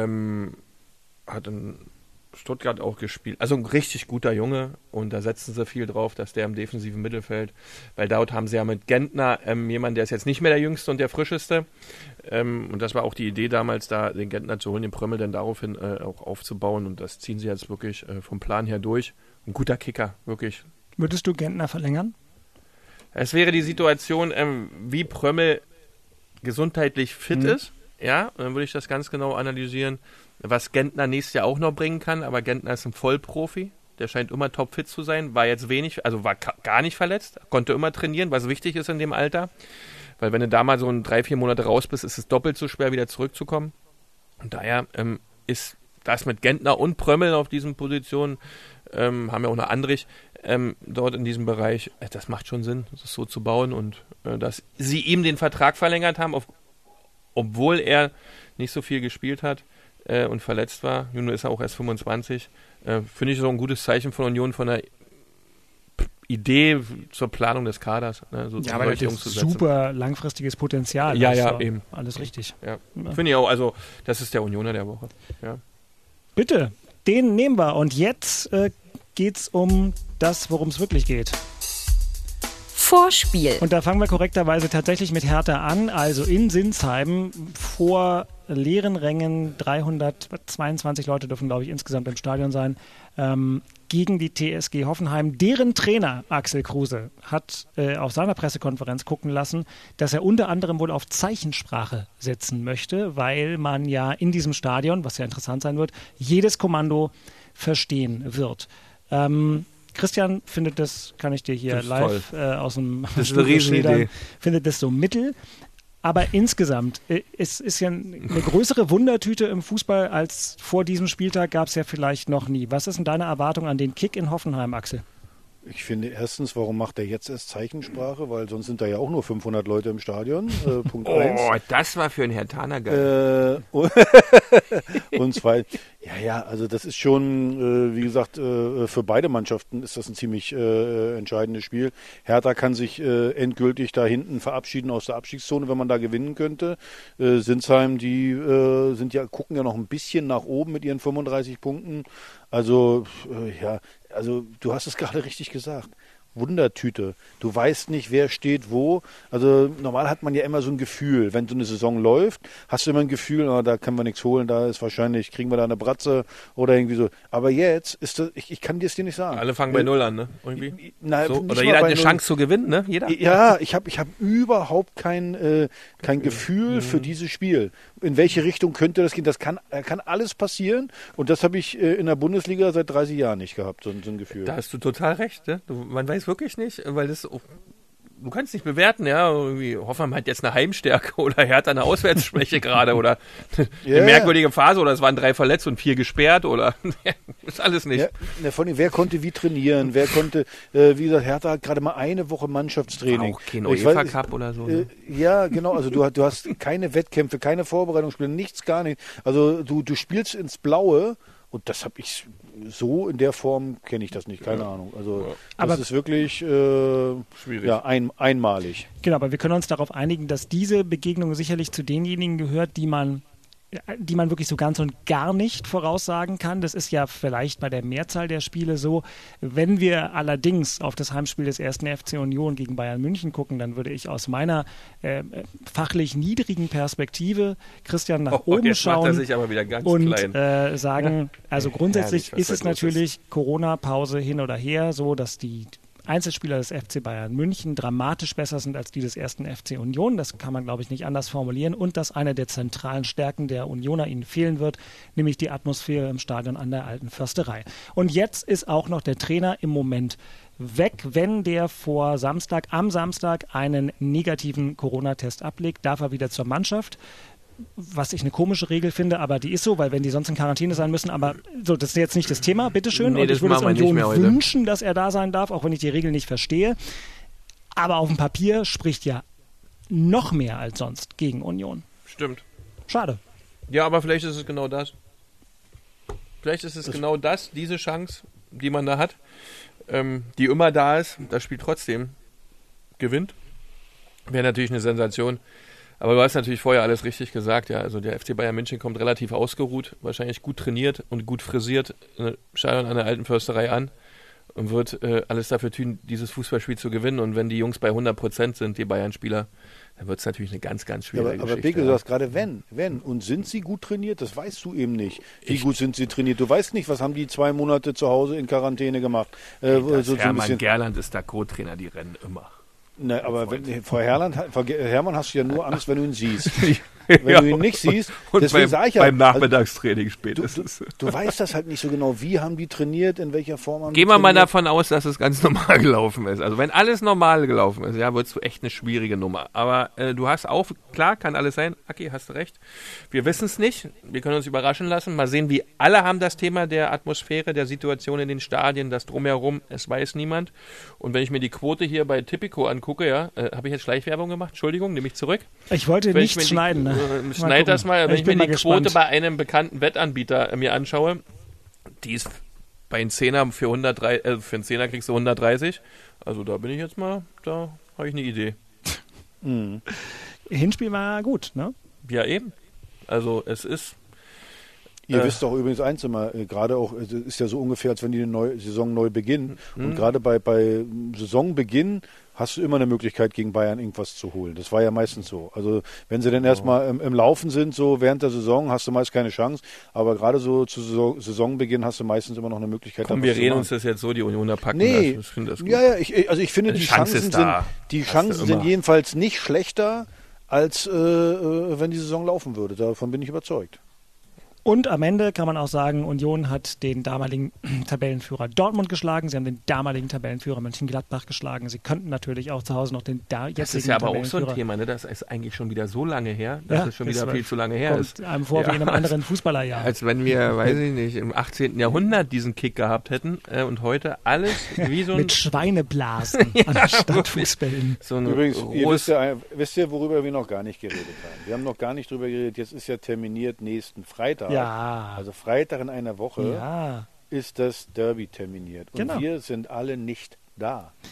hat in Stuttgart auch gespielt. Also ein richtig guter Junge und da setzen sie viel drauf, dass der im defensiven Mittelfeld, weil dort haben sie ja mit Gentner jemanden, der ist jetzt nicht mehr der Jüngste und der Frischeste. Und das war auch die Idee damals, da den Gentner zu holen, den Prömmel dann daraufhin auch aufzubauen und das ziehen sie jetzt wirklich vom Plan her durch. Ein guter Kicker, wirklich. Würdest du Gentner verlängern? Es wäre die Situation, wie Prömmel gesundheitlich fit ist. Ja, und dann würde ich das ganz genau analysieren, was Gentner nächstes Jahr auch noch bringen kann, aber Gentner ist ein Vollprofi, der scheint immer topfit zu sein, war jetzt war gar nicht verletzt, konnte immer trainieren, was wichtig ist in dem Alter, weil wenn du da mal so 3-4 Monate raus bist, ist es doppelt so schwer, wieder zurückzukommen. Und daher ist das mit Gentner und Prömmel auf diesen Positionen, haben ja auch eine Andrich dort in diesem Bereich, das macht schon Sinn, das so zu bauen und dass sie ihm den Vertrag verlängert haben, obwohl er nicht so viel gespielt hat und verletzt war. Nun ist er auch erst 25. Finde ich so ein gutes Zeichen von Union, von der Idee zur Planung des Kaders. Ne, so aber das ist super langfristiges Potenzial. Ja, eben. Alles richtig. Ja. Finde ich auch. Also das ist der Unioner der Woche. Ja. Bitte, den nehmen wir. Und jetzt geht's um das, worum es wirklich geht. Vorspiel. Und da fangen wir korrekterweise tatsächlich mit Hertha an, also in Sinsheim vor leeren Rängen, 322 Leute dürfen, glaube ich, insgesamt im Stadion sein, gegen die TSG Hoffenheim. Deren Trainer, Axel Kruse, hat auf seiner Pressekonferenz gucken lassen, dass er unter anderem wohl auf Zeichensprache setzen möchte, weil man ja in diesem Stadion, was ja interessant sein wird, jedes Kommando verstehen wird. Christian findet das, kann ich dir hier live aus dem Studio schildern, findet das so mittel. Aber insgesamt, es ist ja eine größere Wundertüte im Fußball als vor diesem Spieltag gab es ja vielleicht noch nie. Was ist denn deine Erwartung an den Kick in Hoffenheim, Axel? Ich finde erstens, warum macht er jetzt erst Zeichensprache? Weil sonst sind da ja auch nur 500 Leute im Stadion. Punkt 1. Oh, das war für einen Hertaner geil. Und zweitens, also das ist schon, wie gesagt, für beide Mannschaften ist das ein ziemlich entscheidendes Spiel. Hertha kann sich endgültig da hinten verabschieden aus der Abstiegszone, wenn man da gewinnen könnte. Sinsheim, die gucken ja noch ein bisschen nach oben mit ihren 35 Punkten. Also, also du hast es gerade richtig gesagt. Wundertüte. Du weißt nicht, wer steht wo. Also normal hat man ja immer so ein Gefühl. Wenn so eine Saison läuft, hast du immer ein Gefühl, da können wir nichts holen, da ist wahrscheinlich, kriegen wir da eine Bratze oder irgendwie so. Aber jetzt ist das, ich kann dir es dir nicht sagen. Alle fangen bei Null an, ne? Irgendwie. Na, so. Oder jeder hat eine Chance zu gewinnen, ne? Jeder. Ja, ich hab überhaupt kein Gefühl für dieses Spiel. In welche Richtung könnte das gehen? Das kann alles passieren. Und das habe ich in der Bundesliga seit 30 Jahren nicht gehabt, so ein Gefühl. Da hast du total recht, ne? Man weiß wirklich nicht, weil das du kannst nicht bewerten, ja, irgendwie Hoffenheim hat jetzt eine Heimstärke oder Hertha eine Auswärtsschwäche gerade oder eine merkwürdige Phase oder es waren 3 verletzt und 4 gesperrt oder ist alles nicht. Ja, von wer konnte wie trainieren, wer konnte, wie gesagt, Hertha hat gerade mal eine Woche Mannschaftstraining. Auch kein UEFA Cup oder so. Ne? Ja, genau, also du hast keine Wettkämpfe, keine Vorbereitungsspiele, nichts, gar nicht. Also du spielst ins Blaue. Und das habe ich so in der Form, kenne ich das nicht, keine Ahnung. Also das ist wirklich schwierig. Ja, einmalig. Genau, aber wir können uns darauf einigen, dass diese Begegnung sicherlich zu denjenigen gehört, die man wirklich so ganz und gar nicht voraussagen kann. Das ist ja vielleicht bei der Mehrzahl der Spiele so. Wenn wir allerdings auf das Heimspiel des 1. FC Union gegen Bayern München gucken, dann würde ich aus meiner fachlich niedrigen Perspektive Christian nach oben schauen macht er sich aber wieder ganz und klein. sagen, also grundsätzlich Herrlich, ist es natürlich Corona-Pause hin oder her so, dass die Einzelspieler des FC Bayern München dramatisch besser sind als die des 1. FC Union. Das kann man, glaube ich, nicht anders formulieren. Und dass eine der zentralen Stärken der Unioner ihnen fehlen wird, nämlich die Atmosphäre im Stadion an der Alten Försterei. Und jetzt ist auch noch der Trainer im Moment weg, wenn der am Samstag einen negativen Corona-Test ablegt, darf er wieder zur Mannschaft. Was ich eine komische Regel finde, aber die ist so, weil wenn die sonst in Quarantäne sein müssen, aber so, das ist jetzt nicht das Thema, bitteschön. Nee, und ich würde es Union wünschen, heute. dass er da sein darf, auch wenn ich die Regel nicht verstehe. Aber auf dem Papier spricht ja noch mehr als sonst gegen Union. Stimmt. Schade. Ja, aber vielleicht ist es genau das. Vielleicht ist es genau das, diese Chance, die man da hat, die immer da ist, das Spiel trotzdem gewinnt. Wäre natürlich eine Sensation. Aber du hast natürlich vorher alles richtig gesagt, ja. Also der FC Bayern München kommt relativ ausgeruht, wahrscheinlich gut trainiert und gut frisiert in Stadion an der Alten Försterei an und wird alles dafür tun, dieses Fußballspiel zu gewinnen. Und wenn die Jungs bei 100% sind, die Bayern-Spieler, dann wird es natürlich eine ganz, ganz schwierige Geschichte. Aber Beke, du sagst gerade wenn. Und sind sie gut trainiert? Das weißt du eben nicht. Wie gut sind sie trainiert? Du weißt nicht, was haben die 2 Monate zu Hause in Quarantäne gemacht. Hermann Gerland ist der Co-Trainer, die rennen immer. Ne, aber vor Hermann hast du ja nur Angst, wenn du ihn siehst. Wenn du ihn nicht siehst, und deswegen sage ich ja, beim Nachmittagstraining spätestens. Du weißt das halt nicht so genau. Wie haben die trainiert, in welcher Form haben die trainiert? Gehen wir mal davon aus, dass es ganz normal gelaufen ist. Also wenn alles normal gelaufen ist, ja, wird es echt eine schwierige Nummer. Aber du hast auch, klar, kann alles sein. Aki, hast du recht. Wir wissen es nicht. Wir können uns überraschen lassen. Mal sehen, wie alle haben das Thema der Atmosphäre, der Situation in den Stadien, das Drumherum. Es weiß niemand. Und wenn ich mir die Quote hier bei Tipico angucke, ja, habe ich jetzt Schleichwerbung gemacht? Entschuldigung, nehme ich zurück. Ich wollte nichts schneiden, ne? Schneid das mal, wenn ich mir die gespannt. Quote bei einem bekannten Wettanbieter mir anschaue, die ist bei einem Zehner für einen Zehner kriegst du 130. Also da bin ich jetzt mal, da habe ich eine Idee. Hinspiel war gut, ne? Ja, eben. Also es ist... Ihr wisst doch übrigens eins immer, gerade auch, es ist ja so ungefähr, als wenn die eine Saison neu beginnen. Und gerade bei Saisonbeginn hast du immer eine Möglichkeit, gegen Bayern irgendwas zu holen. Das war ja meistens so. Also wenn sie dann erstmal im Laufen sind, so während der Saison, hast du meist keine Chance. Aber gerade so zu Saisonbeginn hast du meistens immer noch eine Möglichkeit. Komm, wir reden uns das jetzt so, die Unioner packen nee, das. Ich finde das gut. Ja, ich finde, die Chancen sind jedenfalls nicht schlechter, als wenn die Saison laufen würde. Davon bin ich überzeugt. Und am Ende kann man auch sagen, Union hat den damaligen Tabellenführer Dortmund geschlagen. Sie haben den damaligen Tabellenführer Mönchengladbach geschlagen. Sie könnten natürlich auch zu Hause noch den jetzigen Tabellenführer... Das ist ja aber auch so ein Thema, ne? Das ist eigentlich schon wieder so lange her, dass es schon wieder viel zu lange her ist. Einem vor wie in einem anderen Fußballerjahr. Als wenn wir, weiß ich nicht, im 18. Jahrhundert diesen Kick gehabt hätten und heute alles wie so ein... Mit Schweineblasen anstatt Fußbällen. So übrigens, wisst ihr, worüber wir noch gar nicht geredet haben? Wir haben noch gar nicht drüber geredet. Jetzt ist ja terminiert nächsten Freitag. Ja. Also Freitag in einer Woche ist das Derby terminiert. Und wir sind alle nicht da.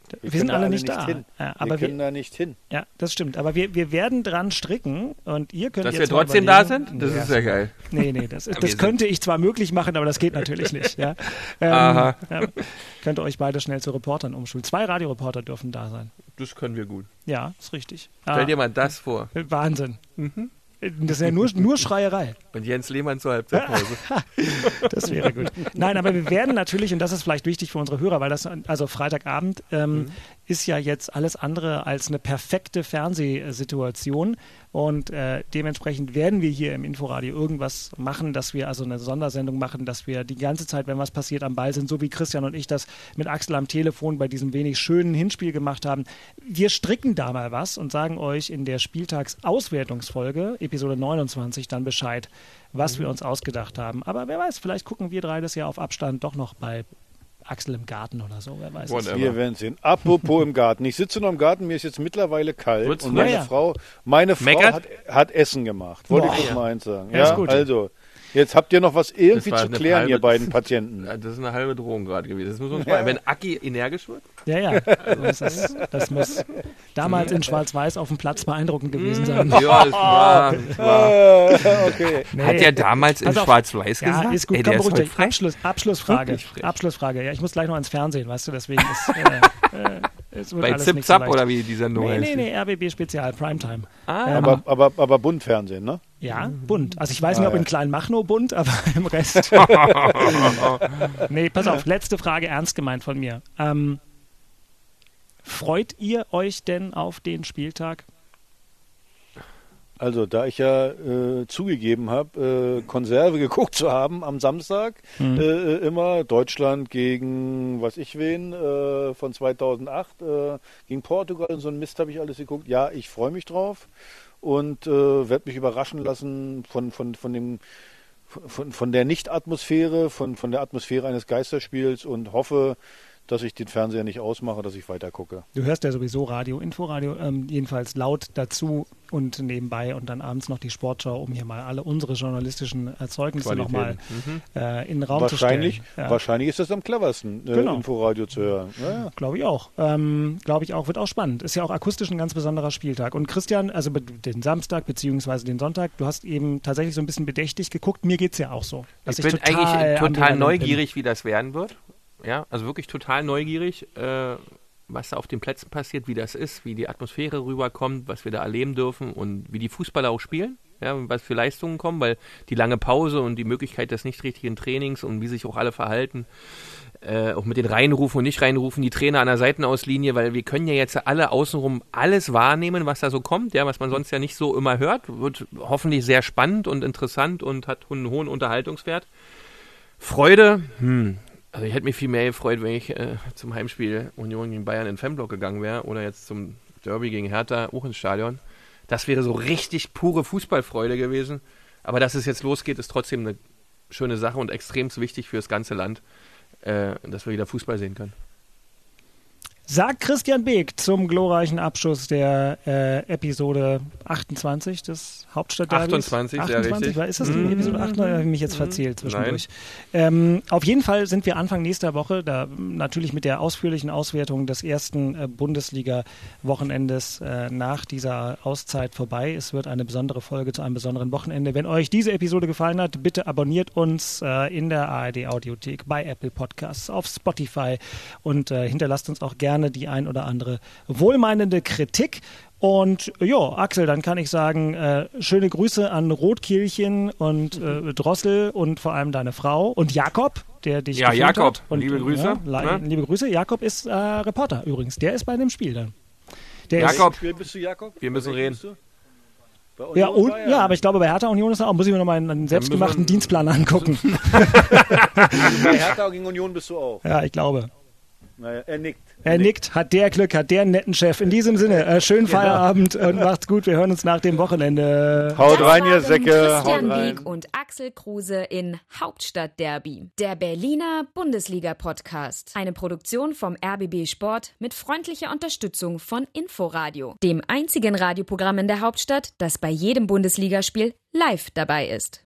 Wir sind alle nicht da. Aber wir können da nicht hin. Ja, das stimmt. Aber wir werden dran stricken und ihr könnt dass jetzt wir trotzdem da sind? Das ist ja geil. Nee, das könnte ich zwar möglich machen, aber das geht natürlich nicht. Ja. Könnt ihr euch beide schnell zu Reportern umschulen. 2 Radioreporter dürfen da sein. Das können wir gut. Ja, ist richtig. Stell dir mal das vor. Wahnsinn. Das ist ja nur Schreierei. Und Jens Lehmann zur Halbzeitpause. Das wäre gut. Nein, aber wir werden natürlich, und das ist vielleicht wichtig für unsere Hörer, weil das, also Freitagabend ist ja jetzt alles andere als eine perfekte Fernsehsituation. Und dementsprechend werden wir hier im Inforadio irgendwas machen, dass wir also eine Sondersendung machen, dass wir die ganze Zeit, wenn was passiert, am Ball sind, so wie Christian und ich das mit Axel am Telefon bei diesem wenig schönen Hinspiel gemacht haben. Wir stricken da mal was und sagen euch in der Spieltagsauswertungsfolge, Episode 29, dann Bescheid, was wir uns ausgedacht haben. Aber wer weiß, vielleicht gucken wir 3 das ja auf Abstand doch noch bei Axel im Garten oder so, wer weiß. Wir werden sehen. Apropos im Garten. Ich sitze noch im Garten, mir ist jetzt mittlerweile kalt. Und meine Frau hat Essen gemacht. Wollte ich kurz mal eins sagen. Ja, ist gut. Also, jetzt habt ihr noch was irgendwie zu klären, ihr beiden Patienten. Das ist eine halbe Drohung gerade gewesen. Das muss uns mal, wenn Aki energisch wird. Ja. Das muss damals in Schwarz-Weiß auf dem Platz beeindruckend gewesen sein. Ja, das war. Okay. Nee. Hat er damals in Schwarz-Weiß gesagt? Ja, ist gut. Komm, beruhig dich. Abschlussfrage. Ja, ich muss gleich noch ins Fernsehen, weißt du, deswegen ist bei Zip Zap oder wie die Sendung heißt? Nee, RBB Spezial, Primetime. Aber Buntfernsehen, ne? Ja, bunt. Also ich weiß nicht, ob in Kleinmachnow bunt, aber im Rest. Nee, pass auf, letzte Frage, ernst gemeint von mir. Freut ihr euch denn auf den Spieltag? Also, da ich ja zugegeben habe, Konserve geguckt zu haben am Samstag, immer Deutschland gegen, was ich wen, von 2008, gegen Portugal und so ein Mist habe ich alles geguckt. Ja, ich freue mich drauf und werde mich überraschen lassen von der Nicht-Atmosphäre, von der Atmosphäre eines Geisterspiels und hoffe, dass ich den Fernseher nicht ausmache, dass ich weiter gucke. Du hörst ja sowieso Radio, Inforadio, jedenfalls laut dazu und nebenbei und dann abends noch die Sportschau, um hier mal alle unsere journalistischen Erzeugnisse nochmal in den Raum zu stellen. Wahrscheinlich ist das am cleversten, Inforadio zu hören. Ja. Glaube ich auch. Wird auch spannend. Ist ja auch akustisch ein ganz besonderer Spieltag. Und Christian, also den Samstag bzw. den Sonntag, du hast eben tatsächlich so ein bisschen bedächtig geguckt. Mir geht es ja auch so. Ich bin eigentlich total neugierig, wie das werden wird. Ja, also wirklich total neugierig, was da auf den Plätzen passiert, wie das ist, wie die Atmosphäre rüberkommt, was wir da erleben dürfen und wie die Fußballer auch spielen, ja, was für Leistungen kommen, weil die lange Pause und die Möglichkeit des nicht richtigen Trainings und wie sich auch alle verhalten, auch mit den Reinrufen und nicht Reinrufen, die Trainer an der Seitenauslinie, weil wir können ja jetzt alle außenrum alles wahrnehmen, was da so kommt, ja, was man sonst ja nicht so immer hört, wird hoffentlich sehr spannend und interessant und hat einen hohen Unterhaltungswert. Freude, Also ich hätte mich viel mehr gefreut, wenn ich zum Heimspiel Union gegen Bayern in Fanblock gegangen wäre oder jetzt zum Derby gegen Hertha auch ins Stadion. Das wäre so richtig pure Fußballfreude gewesen. Aber dass es jetzt losgeht, ist trotzdem eine schöne Sache und extrem wichtig für das ganze Land, dass wir wieder Fußball sehen können. Sagt Christian Beek zum glorreichen Abschluss der Episode 28 des Hauptstadtderbys. 28, sehr richtig. Ist das die Episode 8? Oder habe ich mich jetzt verzählt zwischendurch? Auf jeden Fall sind wir Anfang nächster Woche, da natürlich mit der ausführlichen Auswertung des ersten Bundesliga-Wochenendes nach dieser Auszeit vorbei. Es wird eine besondere Folge zu einem besonderen Wochenende. Wenn euch diese Episode gefallen hat, bitte abonniert uns in der ARD-Audiothek, bei Apple Podcasts, auf Spotify und hinterlasst uns auch gerne die ein oder andere wohlmeinende Kritik. Und ja, Axel, dann kann ich sagen, schöne Grüße an Rotkehlchen und Drossel und vor allem deine Frau und Jakob, der dich Jakob, hat. Und, liebe Grüße. Liebe Grüße. Jakob ist Reporter übrigens, der ist bei dem Spiel dann. Jakob, bist du Jakob? Wir müssen reden. Ja, aber ich glaube, bei Hertha Union ist er auch, muss ich mir nochmal einen selbstgemachten Dienstplan angucken. Bei Hertha gegen Union bist du auch. Ja, ich glaube. Naja, er nickt. Er nickt, hat der Glück, hat der einen netten Chef. In diesem Sinne, schönen Feierabend und macht's gut. Wir hören uns nach dem Wochenende. Haut rein, ihr Säcke. Christian Beek und Axel Kruse in Hauptstadtderby, der Berliner Bundesliga-Podcast. Eine Produktion vom RBB Sport mit freundlicher Unterstützung von Inforadio, dem einzigen Radioprogramm in der Hauptstadt, das bei jedem Bundesligaspiel live dabei ist.